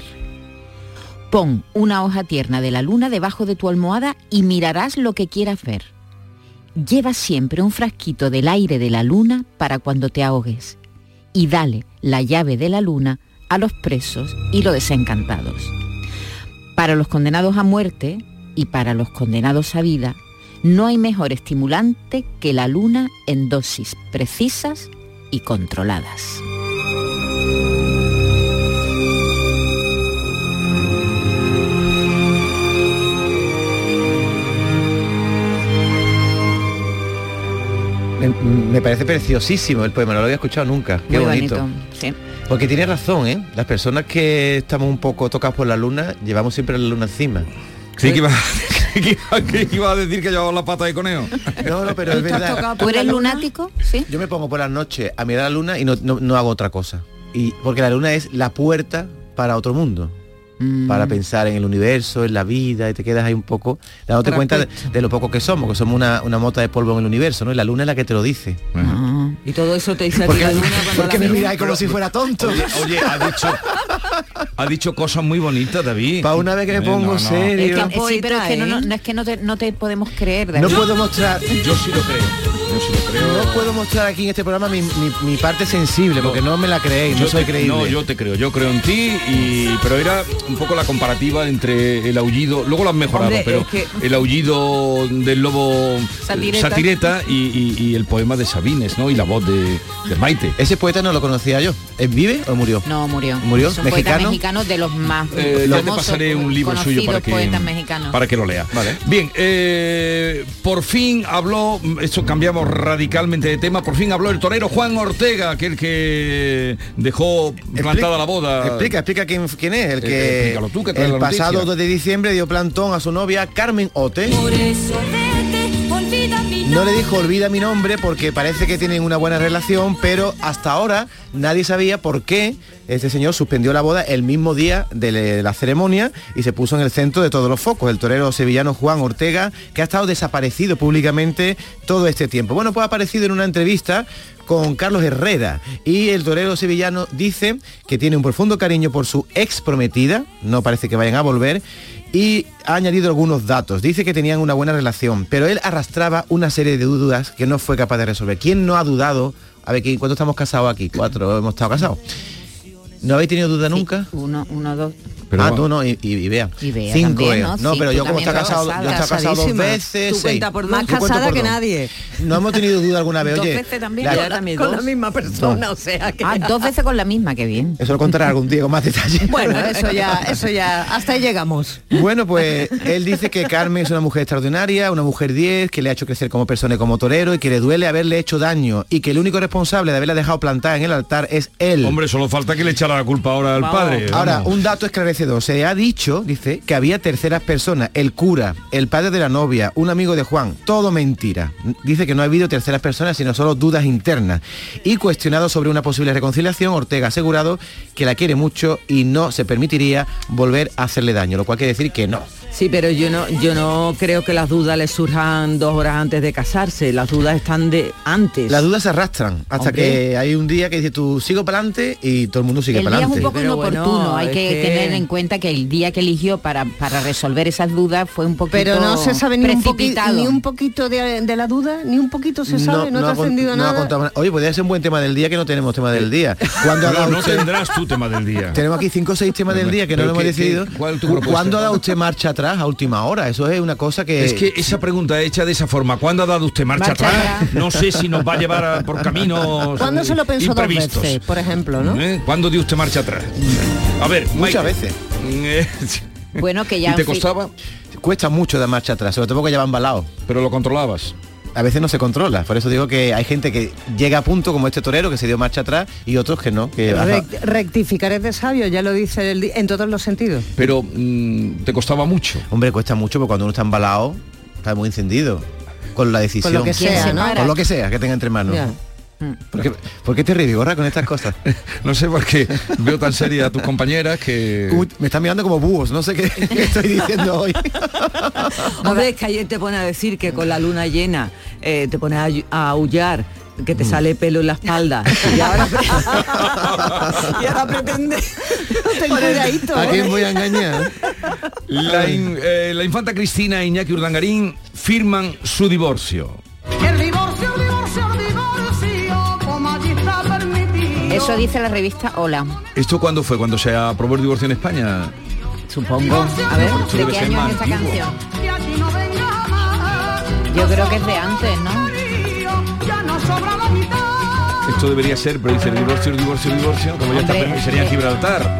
Pon una hoja tierna de la luna debajo de tu almohada y mirarás lo que quieras ver. Lleva siempre un frasquito del aire de la luna para cuando te ahogues y dale la llave de la luna a los presos y los desencantados. Para los condenados a muerte y para los condenados a vida, no hay mejor estimulante que la luna en dosis precisas y controladas.
Me, me parece preciosísimo el poema, no lo había escuchado nunca. Qué
Muy
bonito.
bonito, sí.
Porque tiene razón, ¿eh? Las personas que estamos un poco tocadas por la luna, llevamos siempre la luna encima.
Sí, que iba, que iba, que iba a decir que llevaba la pata de conejo.
No, no, pero es verdad.
¿Tú eres lunático? Sí.
Yo me pongo por las noches a mirar la luna y no, no, no hago otra cosa. Y porque la luna es la puerta para otro mundo.
Mm.
Para pensar en el universo, en la vida, y te quedas ahí un poco dándote cuenta de, de lo poco que somos, que somos una, una mota de polvo en el universo, ¿no? Y la luna es la que te lo dice.
Ah, y todo eso te dice a ti
Porque,
la luna cuando
porque
la
me
ves.
miráis como si fuera tonto.
Oye, oye, ha dicho, ha dicho cosas muy bonitas, David.
Para una vez que me
Eh,
pongo
no, no.
serio.
Es que, sí, pero es que no, no, no es que no te, no te podemos creer.
No
David.
puedo mostrar.
Yo sí lo creo. Yo sí lo creo.
No puedo mostrar aquí en este programa mi, mi, mi parte sensible, porque no me la creéis, no
Yo
soy
te-
creíble.
No, yo te creo, yo creo en ti, y, pero era un poco la comparativa entre el aullido, luego lo han mejorado,
Hombre,
pero
es que-
el aullido del lobo
Satireta.
satireta y, y- y el poema de Sabines, ¿no? Y la voz de, de Maite.
Ese poeta no lo conocía yo. ¿Es vive o murió?
No, murió.
¿Murió?
Es un poeta
¿Mexicano?
mexicano de los más
Eh, ya te
famosos,
pasaré un libro suyo para
conocidos
que,
poetas mexicanos.
para que lo lea.
Vale.
Bien, eh, por fin habló, esto cambiamos cambiamos radicalmente de tema. Por fin habló el torero Juan Ortega, aquel que dejó plantada explica, la boda.
Explica, explica quién, quién es, el que
eh, tú, que
el pasado dos de diciembre dio plantón a su novia Carmen Ote.
Por eso vete, olvida mi nombre.
No le dijo olvida mi nombre porque parece que tienen una buena relación, pero hasta ahora nadie sabía por qué este señor suspendió la boda el mismo día de la ceremonia y se puso en el centro de todos los focos, el torero sevillano Juan Ortega, que ha estado desaparecido públicamente todo este tiempo. Bueno, pues ha aparecido en una entrevista con Carlos Herrera y el torero sevillano dice que tiene un profundo cariño por su ex prometida, no parece que vayan a volver, y ha añadido algunos datos. Dice que tenían una buena relación, pero él arrastraba una serie de dudas que no fue capaz de resolver. ¿Quién no ha dudado? A ver, ¿cuántos estamos casados aquí? Cuatro hemos estado casados. ¿No habéis tenido duda nunca?
Sí, uno, uno, dos.
Pero ah, tú no, y, y, y vea.
Y vea
Cinco,
también,
¿no?
¿no?
No,
Sí,
pero yo como está
casado,
casado, yo está casado dos veces.
Tú cuenta por más
yo
casada
por
que
dos.
nadie.
No hemos tenido duda alguna vez, oye.
Dos veces también.
La,
Yo también con dos. La misma persona,
no.
o sea que... Ah, dos veces con la misma, qué bien.
Eso lo contará algún día con más detalle.
Bueno, eso ya, eso ya, hasta ahí llegamos.
Bueno, pues él dice que Carmen es una mujer extraordinaria, una mujer diez, que le ha hecho crecer como persona y como torero y que le duele haberle hecho daño y que el único responsable de haberla dejado plantada en el altar es él.
Hombre, solo falta que le echara la culpa ahora al
vamos.
padre.
Ahora,
vamos.
un dato esclarecedor. Se ha dicho, dice, que había terceras personas, el cura, el padre de la novia, un amigo de Juan, todo mentira. Dice que no ha habido terceras personas, sino solo dudas internas. Y cuestionado sobre una posible reconciliación, Ortega ha asegurado que la quiere mucho y no se permitiría volver a hacerle daño, lo cual quiere decir que no.
Sí, pero yo no, yo no creo que las dudas le surjan dos horas antes de casarse. Las dudas están de antes.
Las dudas se arrastran hasta Hombre. que hay un día que dice tú sigo para adelante y todo el mundo sigue para adelante.
El día es un poco inoportuno, bueno, hay que, que tener en cuenta que el día que eligió para, para resolver esas dudas fue un poquito
Pero no se sabe ni un, poqui-
ni
un poquito de, de la duda, ni un poquito se sabe, no, no, no ha trascendido
no
nada.
Ha contado, oye, podría ser un buen tema del día que no tenemos tema del día.
¿Cuándo ha dado no usted? Tendrás tu tema del día.
Tenemos aquí cinco o seis temas del día que no lo hemos qué, decidido. Qué, ¿cuál tu ¿Cuándo ha dado usted marcha atrás a última hora? Eso es una cosa que...
Es que esa pregunta hecha de esa forma, ¿cuándo ha dado usted marcha, marcha atrás? atrás? No sé si nos va a llevar a, por caminos
¿Cuándo se lo pensó
imprevistos?
Dos veces, por ejemplo, ¿no?
¿Eh? ¿Cuándo dio usted marcha atrás? A ver,
muchas
Michael.
veces.
Bueno, que ya...
¿Y te costaba?
Cuesta mucho dar marcha atrás, sobre todo porque ya va embalado.
Pero lo controlabas.
A veces no se controla, por eso digo que hay gente que llega a punto como este torero que se dio marcha atrás y otros que no. Que
Rect, rectificar es de sabio, ya lo dice el, en todos los sentidos.
Pero mmm, te costaba mucho.
Hombre, cuesta mucho porque cuando uno está embalado está muy encendido con la decisión.
Con lo que sea, ¿no?
Con lo que sea que tenga entre manos. Yeah. ¿Por qué, ¿Por qué te ríes, Gorra, con estas cosas?
No sé, porque veo tan seria a tus compañeras que...
Uy, me están mirando como búhos, no sé qué, qué estoy diciendo hoy.
Hombre, es que ayer te pone a decir que con la luna llena eh, te pones a, a aullar, que te sale pelo en la espalda. Y ahora, y ahora pretende...
¿A quién voy a engañar?
La, in, eh, la infanta Cristina e Iñaki Urdangarín firman su divorcio.
El divorcio, el divorcio, el divorcio, como allí está permitido.
Eso dice la revista Hola.
¿Esto cuándo fue? ¿Cuando se aprobó el divorcio en España?
Supongo. A ver, ¿de qué año es esta canción? Yo creo que es de antes, ¿no?
Esto debería ser, pero dice el divorcio, el divorcio, el divorcio, como ya Hombre, está, sería en Gibraltar.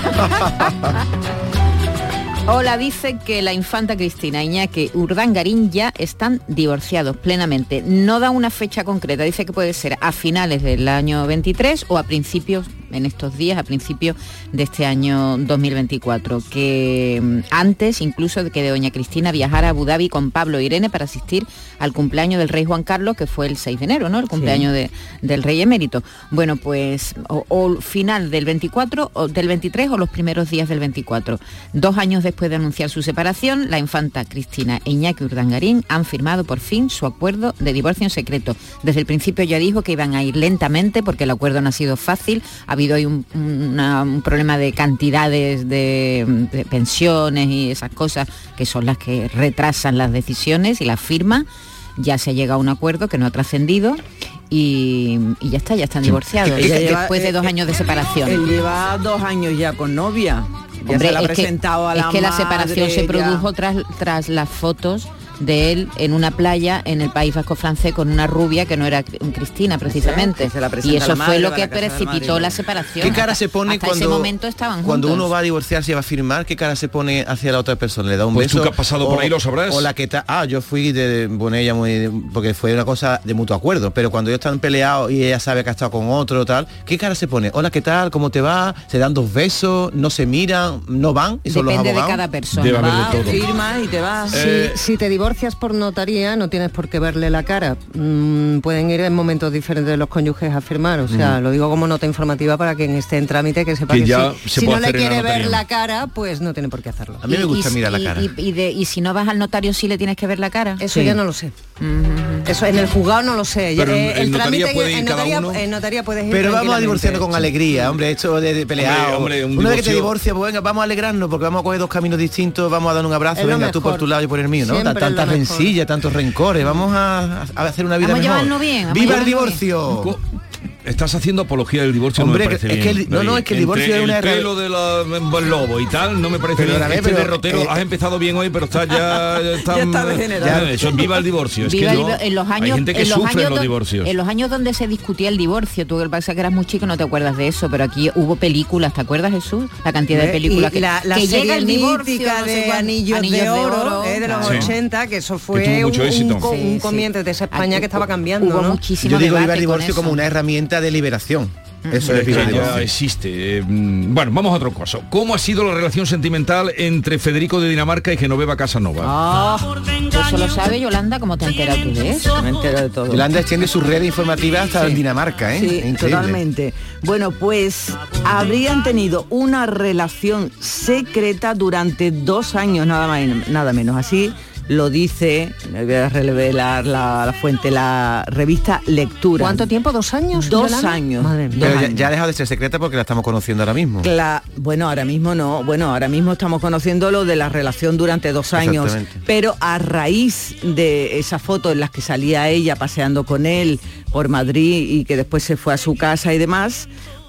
Hola dice que la infanta Cristina e Iñaki Urdangarín ya están divorciados plenamente. No da una fecha concreta, dice que puede ser a finales del año veintitrés o a principios, en estos días, a principios de este año dos mil veinticuatro, que antes incluso de que de doña Cristina viajara a Abu Dhabi con Pablo e Irene para asistir al cumpleaños del rey Juan Carlos, que fue el seis de enero, ¿no? El cumpleaños sí. de, del rey emérito. Bueno, pues o, o final del veinticuatro, o del veintitrés o los primeros días del veinticuatro. Dos años después de anunciar su separación, la infanta Cristina e Iñaki Urdangarín han firmado por fin su acuerdo de divorcio en secreto. Desde el principio ya dijo que iban a ir lentamente porque el acuerdo no ha sido fácil. Ha habido ahí un, una, un problema de cantidades de, de pensiones y esas cosas que son las que retrasan las decisiones y las firmas. Ya se ha llegado a un acuerdo que no ha trascendido y, y ya está, ya están divorciados
Ella lleva,
después de dos años de separación.
Él lleva dos años ya con novia. Ya
Hombre,
se la ha
es
presentado
que,
a la
es que
madre,
la separación se produjo
ya...
tras, tras las fotos de él en una playa en el País Vasco francés con una rubia que no era Cristina precisamente.
Sí, se la
y
presenta
eso
la
fue
madre,
lo
va a
que
la casa de la
precipitó
madre.
la separación.
¿Qué cara se pone
Hasta
cuando,
ese momento estaban
cuando
juntos.
uno va a divorciarse y va a firmar? ¿Qué cara se pone hacia la otra persona? ¿Le da un
Pues
beso?
tú que has pasado por ahí lo sabrás.
O la que está... Ah, yo fui de, bueno, ella muy... porque fue una cosa de mutuo acuerdo, pero cuando ellos están peleados y ella sabe que ha estado con otro tal, ¿qué cara se pone? Hola, ¿qué tal? ¿Cómo te va? ¿Se dan dos besos? ¿No se miran? ¿No van? ¿Y son los
Depende de
abogados?
cada persona.
Debe haber de
Va,
todo.
firma y te vas.
Eh,
Si, si te divorcias por notaría, no tienes por qué verle la cara. Mm, pueden ir en momentos diferentes los cónyuges a firmar. O sea,
Ujú.
lo digo como nota informativa para quien esté en trámite que sepa
Que
que,
ya
si,
se
si
puede
no le
hacer en la
quiere ver
notaría.
la cara, pues no tiene por qué hacerlo.
A mí me gusta
Y-
mirar la
y-
cara.
Y, y de- y si no vas al notario, sí le tienes que ver la cara.
Eso
Sí.
ya no lo sé.
Ujú.
Eso en el juzgado no lo sé.
Pero
Eh,
en-
el
en notaría
trámite
puede ir
en
cada
notaría,
uno.
en notaría puedes ir
Pero vamos a
tranquilamente.
divorciarnos con alegría, hombre, esto de, de peleado.
Hombre, hombre, un
Una vez que te
divorcio-
divorcias, pues venga, vamos a alegrarnos, porque vamos a coger dos caminos distintos, vamos a dar un abrazo,
Es lo
venga, tú por
mejor.
tu lado y por el mío, ¿no?
Siempre es
Tantas
lo mejor.
rencillas, tantos rencores, vamos a, a hacer una vida
Vamos a
mejor.
llevarnos bien, vamos a
¡Viva el
llevarnos
divorcio!
Co- Estás haciendo apología del divorcio,
Hombre,
no me parece
es
bien.
que el- no, no,
David.
es que el divorcio
Entre
es una
el
erra-
pelo de la el lobo y tal, no me parece bien.
Perdóname,
Este
pero,
derrotero,
eh,
has empezado bien hoy, pero está ya, ya está,
Ya está degenerado.
ya, eso es viva el divorcio. Es
Viva
que
el
no,
divo- en los años,
hay gente que
en los
sufre
años
en los
do-
divorcios.
En los años donde se discutía el divorcio, tú que pasa que eras muy chico no te acuerdas de eso, pero aquí hubo películas, ¿te acuerdas, Jesús? La cantidad de
Y
películas que,
la, la
que
serie
llega el divorcio,
mítica
no sé
de
cuál-
Anillos, de Oro, eh, de los
Sí.
ochenta, que eso fue
tuvo mucho
un,
éxito.
un co- un
Sí, sí.
comienzo de esa España
Aquí
que estaba
hu-
cambiando,
hubo
¿no?
muchísimo
Yo digo viva
debate
el
con
divorcio
eso.
como una herramienta de liberación. Eso es
Es
viva
que
el
ya
divorcio.
existe. Eh, mm, bueno, vamos a otro caso. ¿Cómo ha sido la relación sentimental entre Federico de Dinamarca y Genoveva Casanova?
Ah, eso lo sabe Yolanda, ¿cómo te has enterado tú de eso?
Me entero de todo.
Yolanda extiende sus redes informativas hasta
Sí.
en Dinamarca, ¿eh?
Sí,
Increíble.
totalmente. Bueno, pues habrían tenido una relación secreta durante dos años, nada más y nada menos. Así lo dice, me voy a revelar la, la fuente, la revista Lectura.
¿Cuánto tiempo? ¿Dos años?
Dos
Yolanda?
años.
Madre mía.
Pero
Dos
ya,
años.
ya ha dejado de ser secreta porque la estamos conociendo ahora mismo.
Cla- bueno, ahora mismo no, bueno, ahora mismo estamos conociendo lo de la relación durante dos años,
Exactamente.
pero a raíz de esa foto en las que salía ella paseando con él por Madrid y que después se fue a su casa y demás,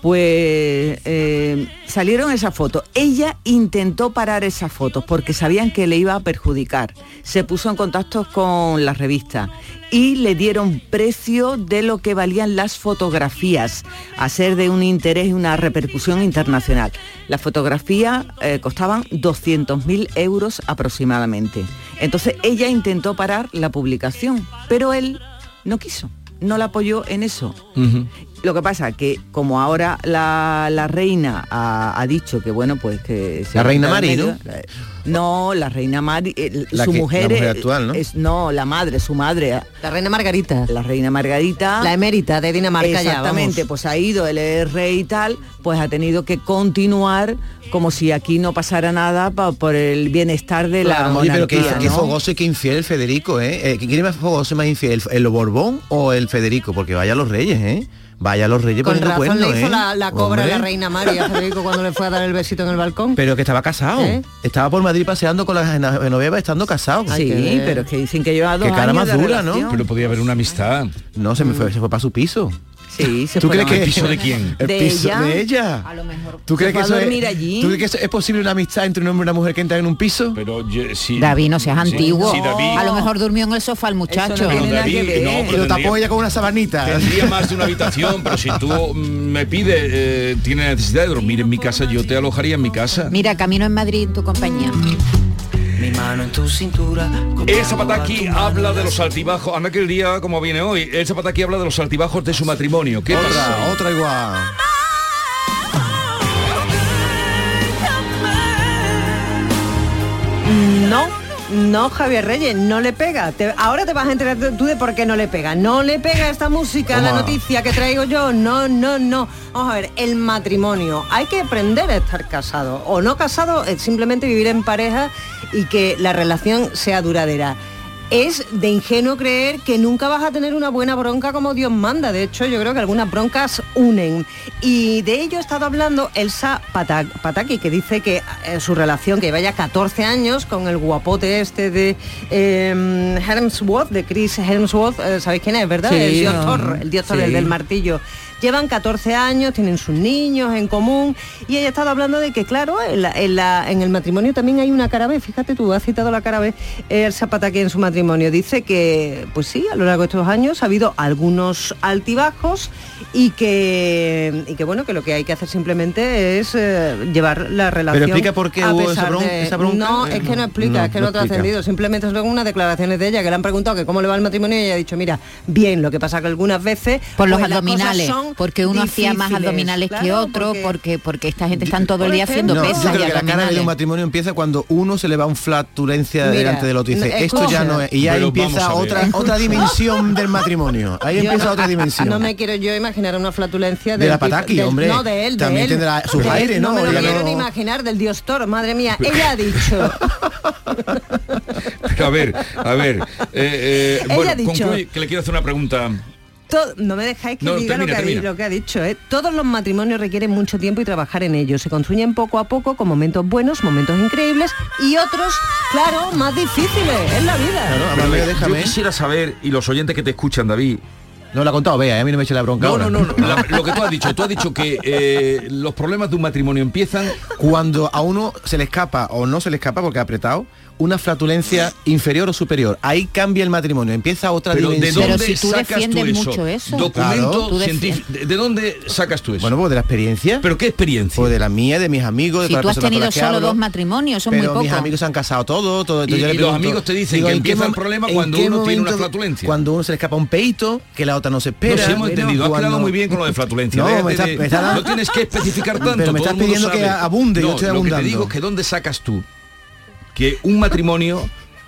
pues eh, salieron esas fotos. Ella intentó parar esas fotos porque sabían que le iba a perjudicar. Se puso en contacto con la revista y le dieron precio de lo que valían las fotografías, a ser de un interés y una repercusión internacional. Las fotografías eh, costaban doscientos mil euros aproximadamente. Entonces ella intentó parar la publicación, pero él no quiso, no la apoyó en eso.
Ujú.
Lo que pasa que como ahora la, la reina ha, ha dicho que bueno pues que se
La
va a
reina
quitar
Mari,
de
¿no?
medio, la- no, la reina Mari, eh,
La
su
que- la
mujer,
mujer
eh,
actual, ¿no?
es no la madre, su madre,
La reina Margarita.
la reina Margarita,
La emérita de Dinamarca ya,
exactamente,
vamos.
pues ha ido, él es rey y tal, pues ha tenido que continuar como si aquí no pasara nada pa- por el bienestar de la
Oye, pero qué,
monarquía,
qué
¿no?
fogoso y qué infiel el Federico, ¿eh? Eh, ¿Quién es más fogoso y más infiel, el Borbón o el Federico? Porque vaya los reyes, ¿eh? Vaya los reyes
Con
poniendo
razón
cuernos,
le hizo
¿eh?
la, la cobra a la
Hombre.
reina María Federico cuando le fue a dar el besito en el balcón.
Pero que estaba casado.
¿Eh?
Estaba por Madrid paseando con la Geno- Genoveva estando casado.
Sí, pero es que dicen que lleva dos
Qué cara
años
más
de
dura,
relación.
¿no?
Pero podía haber una amistad.
No, se me fue, se fue para su piso.
Sí, se
¿Tú
fueron
crees
a-
que
¿El piso de quién?
El
¿De
piso
ella?
de ella.
A lo mejor.
¿Tú crees
fue
que
a
eso es,
dormir allí?
¿Tú crees que eso es posible una amistad entre un hombre y una mujer que entran en un piso?
Pero yo- sí.
David, no seas
Sí,
antiguo.
sí, David.
A lo mejor durmió en el sofá el muchacho.
Eso no tiene
Pero
nada que
David,
ver.
no,
Y
pero
lo tapó
tendría-
ella con una sabanita.
Tendría más de una habitación, pero si tú mm, me pides, eh, tiene necesidad de dormir en mi casa, yo te alojaría en mi casa.
Mira, camino en Madrid en tu compañía.
Mi mano en tu cintura.
El Zapataki habla de los altibajos, anda que el día como viene hoy, el Zapataki habla de los altibajos de su matrimonio. ¿Qué pasa?
Otra, otra igual.
No, no, Javier Reyes, no le pega. Te- ahora te vas a enterar tú de por qué no le pega. No le pega esta música, la
Toma.
noticia que traigo yo. No, no, no. Vamos a ver, el matrimonio. Hay que aprender a estar casado. O no casado, es simplemente vivir en pareja y que la relación sea duradera. Es de ingenuo creer que nunca vas a tener una buena bronca como Dios manda. De hecho, yo creo que algunas broncas unen. Y de ello ha estado hablando Elsa Pata- Pataki, que dice que eh, su relación, que lleva ya catorce años con el guapote este de eh, Hemsworth, de Chris Hemsworth, eh, ¿sabéis quién es, verdad?
Sí,
el dios
no,
Thor, el dios Thor,
sí.
el del martillo. Llevan catorce años, tienen sus niños en común y ella ha estado hablando de que, claro, en, la, en, la, en el matrimonio también hay una cara B. Fíjate tú, has citado la cara B, el Zapata aquí en su matrimonio. Dice que, pues sí, a lo largo de estos años ha habido algunos altibajos y que, y que bueno, que lo que hay que hacer simplemente es eh, llevar la relación.
Pero explica por qué hubo esa bronca,
de,
esa bronca.
No, es que no explica, no, es que no, no ha trascendido. Simplemente son unas declaraciones de ella que le han preguntado que cómo le va el matrimonio y ella ha dicho, mira, bien, lo que pasa que algunas veces
por los
pues,
abdominales, porque uno hacía más abdominales claro, que otro, porque, porque porque esta gente están todo el día haciendo
no,
pesas.
Yo creo que la cara de un matrimonio empieza cuando uno se le va un flatulencia mira, delante del otro y dice, no, esto ya no es, y ya empieza otra otra dimensión del matrimonio. Ahí yo, empieza otra dimensión.
No me quiero yo imaginar una flatulencia
de la Pataki,
del,
hombre.
No, de él, de
también
él.
tendrá sus aires, ¿no?
No me lo
ya
quiero
no...
ni imaginar del dios toro, madre mía. Ella ha dicho.
Pero a ver, a ver. Eh, eh, bueno,
ha dicho,
concluye, que le quiero hacer una pregunta.
Todo, no me dejáis que
no,
diga
termina,
lo, que ha, lo que ha dicho. ¿eh? Todos los matrimonios requieren mucho tiempo y trabajar en ellos. Se construyen poco a poco con momentos buenos, momentos increíbles y otros, claro, más difíciles. Es la vida.
Claro, ver, déjame. Yo quisiera saber, y los oyentes que te escuchan, David,
no lo ha contado, vea, a mí no me eche la bronca.
No,
ahora.
no, no, no. La, lo que tú has dicho, tú has dicho que eh, los problemas de un matrimonio empiezan
cuando a uno se le escapa o no se le escapa porque ha apretado una flatulencia inferior o superior. Ahí cambia el matrimonio, empieza otra
pero
dimensión.
¿de dónde
pero si tú
sacas tú eso?
Mucho eso.
Documento
claro.
científico. ¿De, ¿De dónde sacas tú eso?
Bueno, pues de la experiencia.
¿Pero qué experiencia?
Pues de la mía, de mis amigos, de
si
todas
tú
las
has tenido
con
solo
hablo,
dos matrimonios, son
pero
muy pocos.
mis amigos se han casado todos. Todo,
y, y
pregunto,
los amigos te dicen
digo,
que
¿en
empieza
qué,
el problema cuando
uno
momento,
tiene
una flatulencia.
Cuando uno se le escapa un peito, que la otra no se espera.
No, sí hemos
bueno,
entendido, has
cuando...
quedado muy bien con lo de flatulencia.
No, me está,
de,
me está...
no tienes que especificar tanto.
Pero me estás pidiendo que abunde,
no,
yo estoy
lo
abundando.
Lo que te digo es que ¿dónde sacas tú que un matrimonio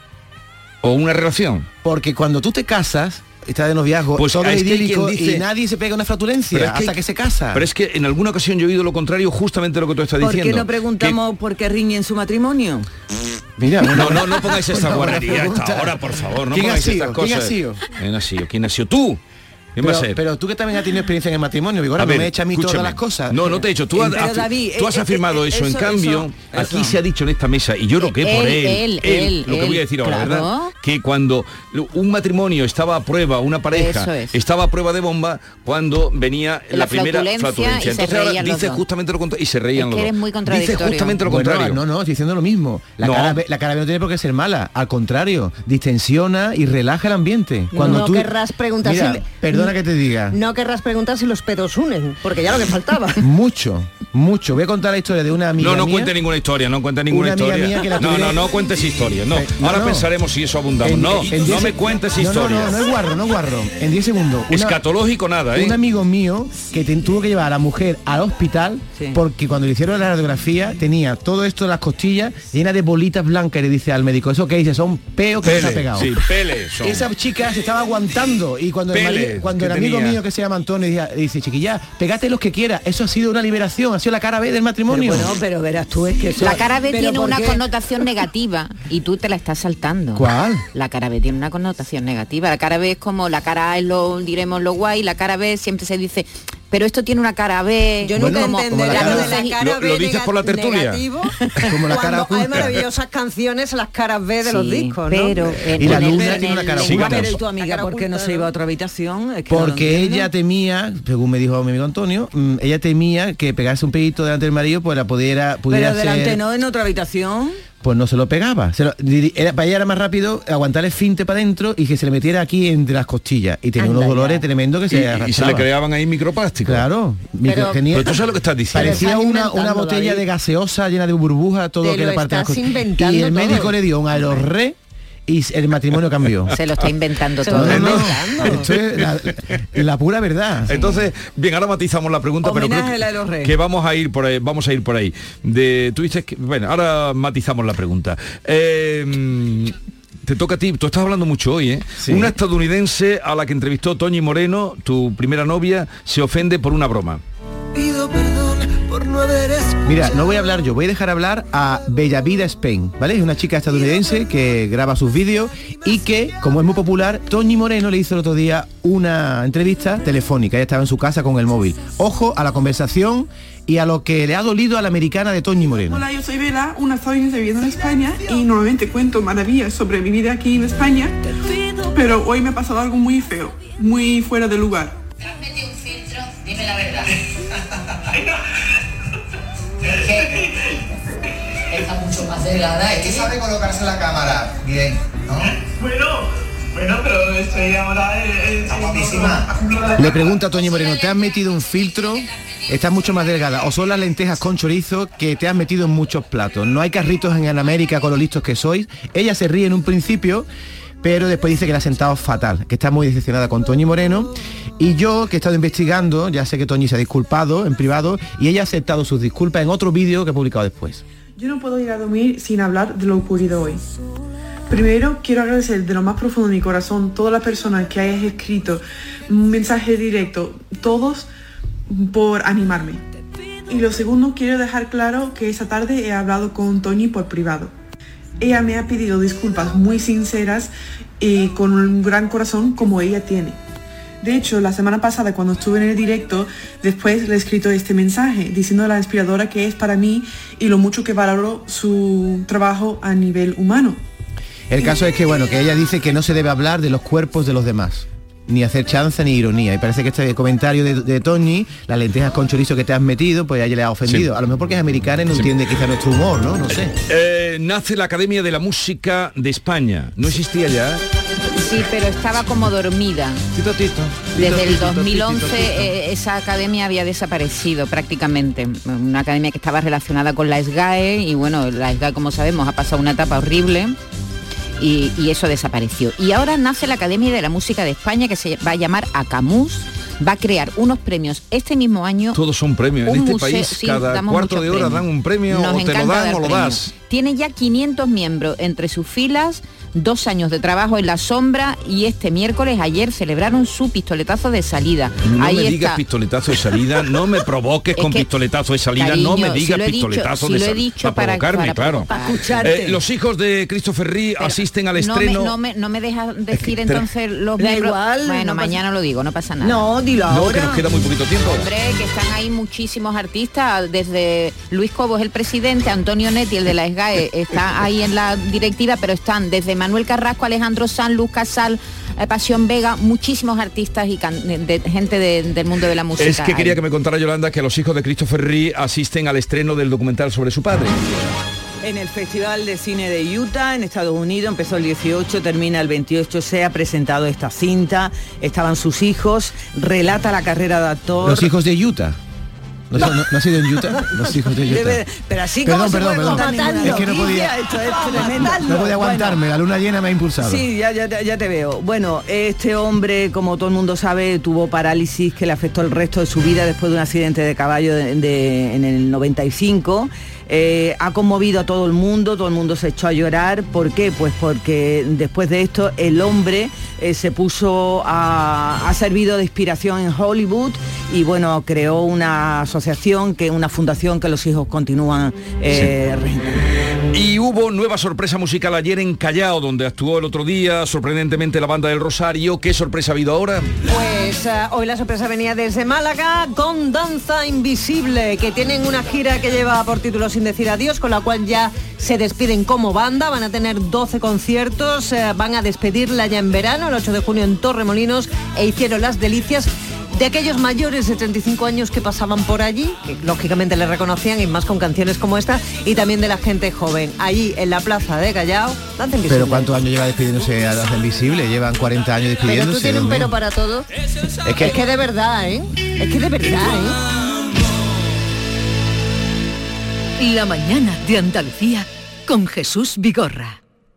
o una relación?
Porque cuando tú te casas, estás de noviazgo,
pues
todo es idílico
dice,
y nadie se pega una flatulencia es que hasta
hay,
que se casa.
Pero es que en alguna ocasión yo he oído lo contrario, justamente lo que tú estás
¿Por
diciendo.
¿Por qué no preguntamos que... por qué riñen su matrimonio?
Mira,
no, no, no pongáis esta guarrería a esta hora, por favor. No
¿Quién
pongáis
ha sido?
estas cosas.
¿Quién ha sido?
¿Quién ha sido? ¿Quién ha sido? Tú.
Pero, pero tú que también has tenido experiencia en el matrimonio, Vigora, no me echa a mí todas las cosas.
No, no te he hecho. Tú, has,
David,
tú has
eh,
afirmado
eh,
eso,
eso,
en cambio,
eso,
aquí
eso.
se ha dicho en esta mesa, y yo lo que
él,
por él,
él,
él,
él
lo que
él,
voy a decir ahora,
claro.
¿verdad? Que cuando un matrimonio estaba a prueba, una pareja
es.
estaba a prueba de bomba, cuando venía la,
la
primera
flatulencia.
flatulencia. Entonces ahora dice justamente lo contrario, y se reían
es
los
que
dos.
Muy contradictorio.
Dice justamente lo
bueno,
contrario.
No, no, estoy diciendo lo mismo. La, no. cara, la cara B no tiene por qué ser mala, al contrario, distensiona y relaja el ambiente. Cuando
no
tú...
querrás preguntar
Mira,
si...
perdona que te diga.
No querrás preguntar si los pedos unen, porque ya lo que faltaba.
Mucho, mucho. Voy a contar la historia de una amiga
No, no
mía,
cuente ninguna historia, no cuente ninguna historia.
Mía
no, no, no cuentes historias, no.
Eh, no
Ahora
no.
pensaremos si eso abundamos.
En,
no,
en
no me cuentes
no,
historias.
No, no, no es guarro, no es guarro. En diez segundos. Una,
Escatológico nada, ¿eh?
Un amigo mío que te, tuvo que llevar a la mujer al hospital sí. porque cuando le hicieron la radiografía tenía todo esto de las costillas llena de bolitas blancas y le dice al médico, ¿eso qué dice? Son peos que
pele,
se ha pegado.
Sí, pele son.
Esa chica se estaba aguantando y cuando
pele,
el, marido, cuando el amigo
tenía.
mío que se llama Antonio dice, dice, chiquilla, pegate los que quieras, eso ha sido una liberación, ha sido la cara B del matrimonio.
Pero, bueno, pero verás tú, es que eso...
La cara B tiene una
qué?
connotación negativa y tú te la estás saltando.
¿Cuál?
La cara B tiene una connotación negativa. La cara B es como la cara A es lo, diremos, lo guay, la cara B siempre se dice... Pero esto tiene una cara B.
Yo nunca
como,
entenderé
como
la,
la,
la cara
¿Lo,
B
lo dices por la tertulia?
Negativo,
como la cara
hay maravillosas canciones, las caras B de
sí,
los discos, ¿no?
Pero
y la luna tiene una cara
oculta. Pero ¿y tu amiga por qué no se iba a otra habitación? Es que
porque
no
ella temía, según me dijo mi amigo Antonio, mmm, ella temía que pegarse un pedito delante del marido pues la pudiera, pudiera
pero delante
ser...
no, en otra habitación.
Pues no se lo pegaba. Se lo, era, para ella era más rápido aguantar el finte para adentro y que se le metiera aquí entre las costillas. Y tenía Anda unos dolores ya. tremendos que
y,
se arrastraba.
Y se le creaban ahí microplásticos.
Claro.
Pero,
micro, tenía,
pero tú sabes lo que estás diciendo.
Parecía una, una botella
David.
de gaseosa llena de burbujas, todo
Te
que era parte de las
costillas.
Y el
todo.
médico le dio un aerorre y el matrimonio cambió.
Se lo está inventando todo.
No, no, no. Esto es la, la pura verdad.
Entonces, bien, ahora matizamos la pregunta,
Homenaje
pero creo que, que vamos a ir por ahí, vamos a ir por ahí. De, tú dices que, bueno, ahora matizamos la pregunta. Eh, te toca a ti, tú estás hablando mucho hoy, ¿eh? Sí. Una estadounidense a la que entrevistó Toñi Moreno, tu primera novia, se ofende por una broma.
Pido perdón por no haber escuchado.
Mira, no voy a hablar yo, voy a dejar hablar a Bellavida Spain, ¿vale? Es una chica estadounidense que graba sus vídeos y que, como es muy popular, Toñi Moreno le hizo el otro día una entrevista telefónica. Ella estaba en su casa con el móvil. Ojo a la conversación y a lo que le ha dolido a la americana de Toñi Moreno.
Hola, yo soy Bela, una estadounidense viviendo en España y normalmente cuento maravillas sobre mi vida aquí en España, pero hoy me ha pasado algo muy feo, muy fuera de lugar.
dice la verdad. Es que está mucho más delgada.
Es que sabe colocarse la cámara bien, ¿no?
Bueno, bueno, pero estoy ahora...
Está guapísima.
Le pregunta a Toñi Moreno, ¿te has metido un filtro? Estás mucho más delgada. ¿O son las lentejas con chorizo que te has metido en muchos platos? No hay carritos en América con lo listos que sois. Ella se ríe en un principio, pero después dice que le ha sentado fatal, que está muy decepcionada con Toñi Moreno. Y yo, que he estado investigando, ya sé que Toñi se ha disculpado en privado y ella ha aceptado sus disculpas en otro vídeo que he publicado después.
Yo no puedo ir a dormir sin hablar de lo ocurrido hoy. Primero, quiero agradecer de lo más profundo de mi corazón todas las personas que hayáis escrito un mensaje directo, todos por animarme. Y lo segundo, quiero dejar claro que esa tarde he hablado con Toñi por privado. Ella me ha pedido disculpas muy sinceras y con un gran corazón como ella tiene. De hecho, la semana pasada cuando estuve en el directo, después le he escrito este mensaje diciendo la inspiradora que es para mí y lo mucho que valoro su trabajo a nivel humano.
El caso es que, bueno, que ella dice que no se debe hablar de los cuerpos de los demás, ni hacer chanza ni ironía. Y parece que este comentario de, de Toñi, las lentejas con chorizo que te has metido, pues a ella le ha ofendido. Sí. A lo mejor porque es americana y no sí. entiende quizá nuestro humor, ¿no? No sé.
Eh, nace la Academia de la Música de España. ¿No existía ya?
Sí, pero estaba como dormida.
Tito, tito, tito,
Desde el
tito,
dos mil once
tito, tito, tito.
Eh, esa academia había desaparecido prácticamente. Una academia que estaba relacionada con la SGAE y bueno, la SGAE, como sabemos, ha pasado una etapa horrible. Y, y eso desapareció. Y ahora nace la Academia de la Música de España, que se va a llamar ACAMUS. Va a crear unos premios este mismo año.
Todos son premios. En este museo, país sí, cada cuarto de hora premios. Dan un premio. Nos o te lo dan o lo das.
Tiene ya quinientos miembros entre sus filas, dos años de trabajo en la sombra y este miércoles, ayer, celebraron su pistoletazo de salida.
No
Ahí
me
está.
digas pistoletazo de salida, no me provoques con que, pistoletazo de salida,
cariño,
no me digas
si
pistoletazo
dicho,
de
si
salida.
Para,
para provocarme,
para,
claro.
Para escucharte.
Eh, los hijos de Christopher Ree
Pero
asisten al
no
estreno.
Me, no, me, no me dejas decir
es que,
entonces los
da
miembros.
igual,
bueno,
no
mañana
pasa...
lo digo, no pasa nada.
No, dilo
no,
ahora.
Que nos queda muy poquito tiempo.
Hombre, que están ahí muchísimos artistas, desde Luis Cobos, el presidente, Antonio Netti, el de la SGAE, está ahí en la directiva, pero están desde Manuel Carrasco, Alejandro Sanz, Luz Casal, eh, Pasión Vega, muchísimos artistas y can de, gente de, del mundo de la música.
Es que quería ahí. Que me contara Yolanda que los hijos de Christopher Ree asisten al estreno del documental sobre su padre.
En el Festival de Cine de Utah, en Estados Unidos, empezó el dieciocho, termina el veintiocho, se ha presentado esta cinta, estaban sus hijos, relata la carrera de actor.
Los hijos de Utah. ¿No, no. ¿No, ¿no ha sido en Utah? Los hijos de Utah.
Debe, pero así
perdón,
como
perdón,
se
perdón.
Ninguna...
Es que no podía,
esto es tremendo.
No podía aguantarme, bueno, la luna llena me ha impulsado.
Sí, ya, ya, ya te veo. Bueno, este hombre, como todo el mundo sabe, tuvo parálisis que le afectó el resto de su vida después de un accidente de caballo de, de, en el noventa y cinco. Eh, ha conmovido a todo el mundo, todo el mundo se echó a llorar. ¿Por qué? Pues porque después de esto el hombre eh, se puso a, ha servido de inspiración en Hollywood y bueno, creó una asociación, que una fundación que los hijos continúan eh,
sí. Y hubo nueva sorpresa musical ayer en Callao, donde actuó el otro día sorprendentemente la banda del Rosario. ¿Qué sorpresa ha habido ahora?
Pues uh, hoy la sorpresa venía desde Málaga con Danza Invisible, que tienen una gira que lleva por título Sin Decir Adiós, con la cual ya se despiden como banda. Van a tener doce conciertos, eh, van a despedirla ya en verano, el ocho de junio en Torremolinos, e hicieron las delicias de aquellos mayores de treinta y cinco años que pasaban por allí, que lógicamente les reconocían, y más con canciones como esta, y también de la gente joven. Allí en la plaza de Callao, Danza Invisible.
Pero ¿cuántos años lleva despidiéndose a Danza Invisible? Llevan cuarenta años despidiéndose.
Pero tú tienes un pero para todo. Es que, es que de verdad, ¿eh? Es que de verdad, ¿eh?
La mañana de Andalucía con Jesús Vigorra.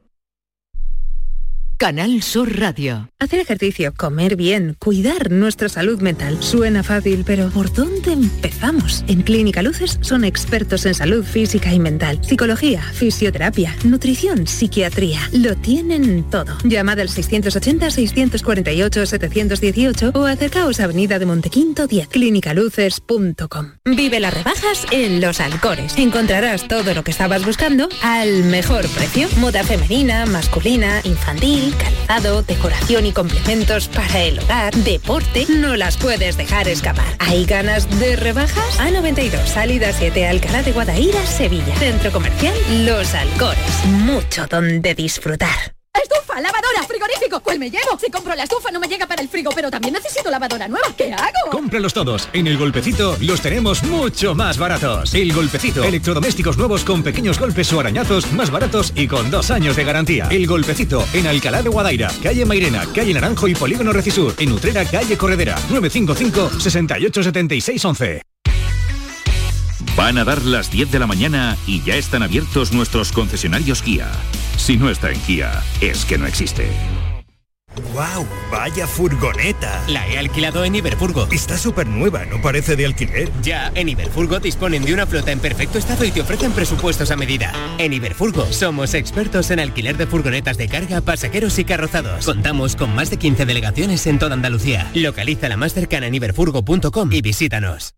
Canal Sur Radio.
Hacer ejercicio, comer bien, cuidar nuestra salud mental. Suena fácil, pero ¿por dónde empezamos? En Clínica Luces son expertos en salud física y mental, psicología, fisioterapia, nutrición, psiquiatría. Lo tienen todo. Llamad al seiscientos ochenta, seiscientos cuarenta y ocho, setecientos dieciocho o acercaos a Avenida de Montequinto diez, clínica luces punto com. Vive las rebajas en Los Alcores. Encontrarás todo lo que estabas buscando al mejor precio. Moda femenina, masculina, infantil, calzado, decoración y complementos para el hogar, deporte, no las puedes dejar escapar. ¿Hay ganas de rebajas? A noventa y dos, salida siete, Alcalá de Guadaira, Sevilla. Centro Comercial Los Alcores. Mucho donde disfrutar.
estufa, lavadora, frigorífico. ¿Cuál me llevo? Si compro la estufa no me llega para el frigo, pero también necesito lavadora nueva. ¿Qué hago?
Cómpralos todos. En El Golpecito los tenemos mucho más baratos. El Golpecito. Electrodomésticos nuevos con pequeños golpes o arañazos, más baratos y con dos años de garantía. El Golpecito. En Alcalá de Guadaira, calle Mairena, calle Naranjo y Polígono Recisur. En Utrera, calle Corredera. nueve cinco cinco, seis ocho siete seis once.
Van a dar las diez de la mañana y ya están abiertos nuestros concesionarios Kia. Si no está en Kia, es que no existe.
¡Wow! ¡Vaya furgoneta!
La he alquilado en Iberfurgo.
Está súper nueva, ¿no parece de alquiler?
Ya, en Iberfurgo disponen de una flota en perfecto estado y te ofrecen presupuestos a medida. En Iberfurgo somos expertos en alquiler de furgonetas de carga, pasajeros y carrozados. Contamos con más de quince delegaciones en toda Andalucía. Localiza la más cercana en iberfurgo punto com y visítanos.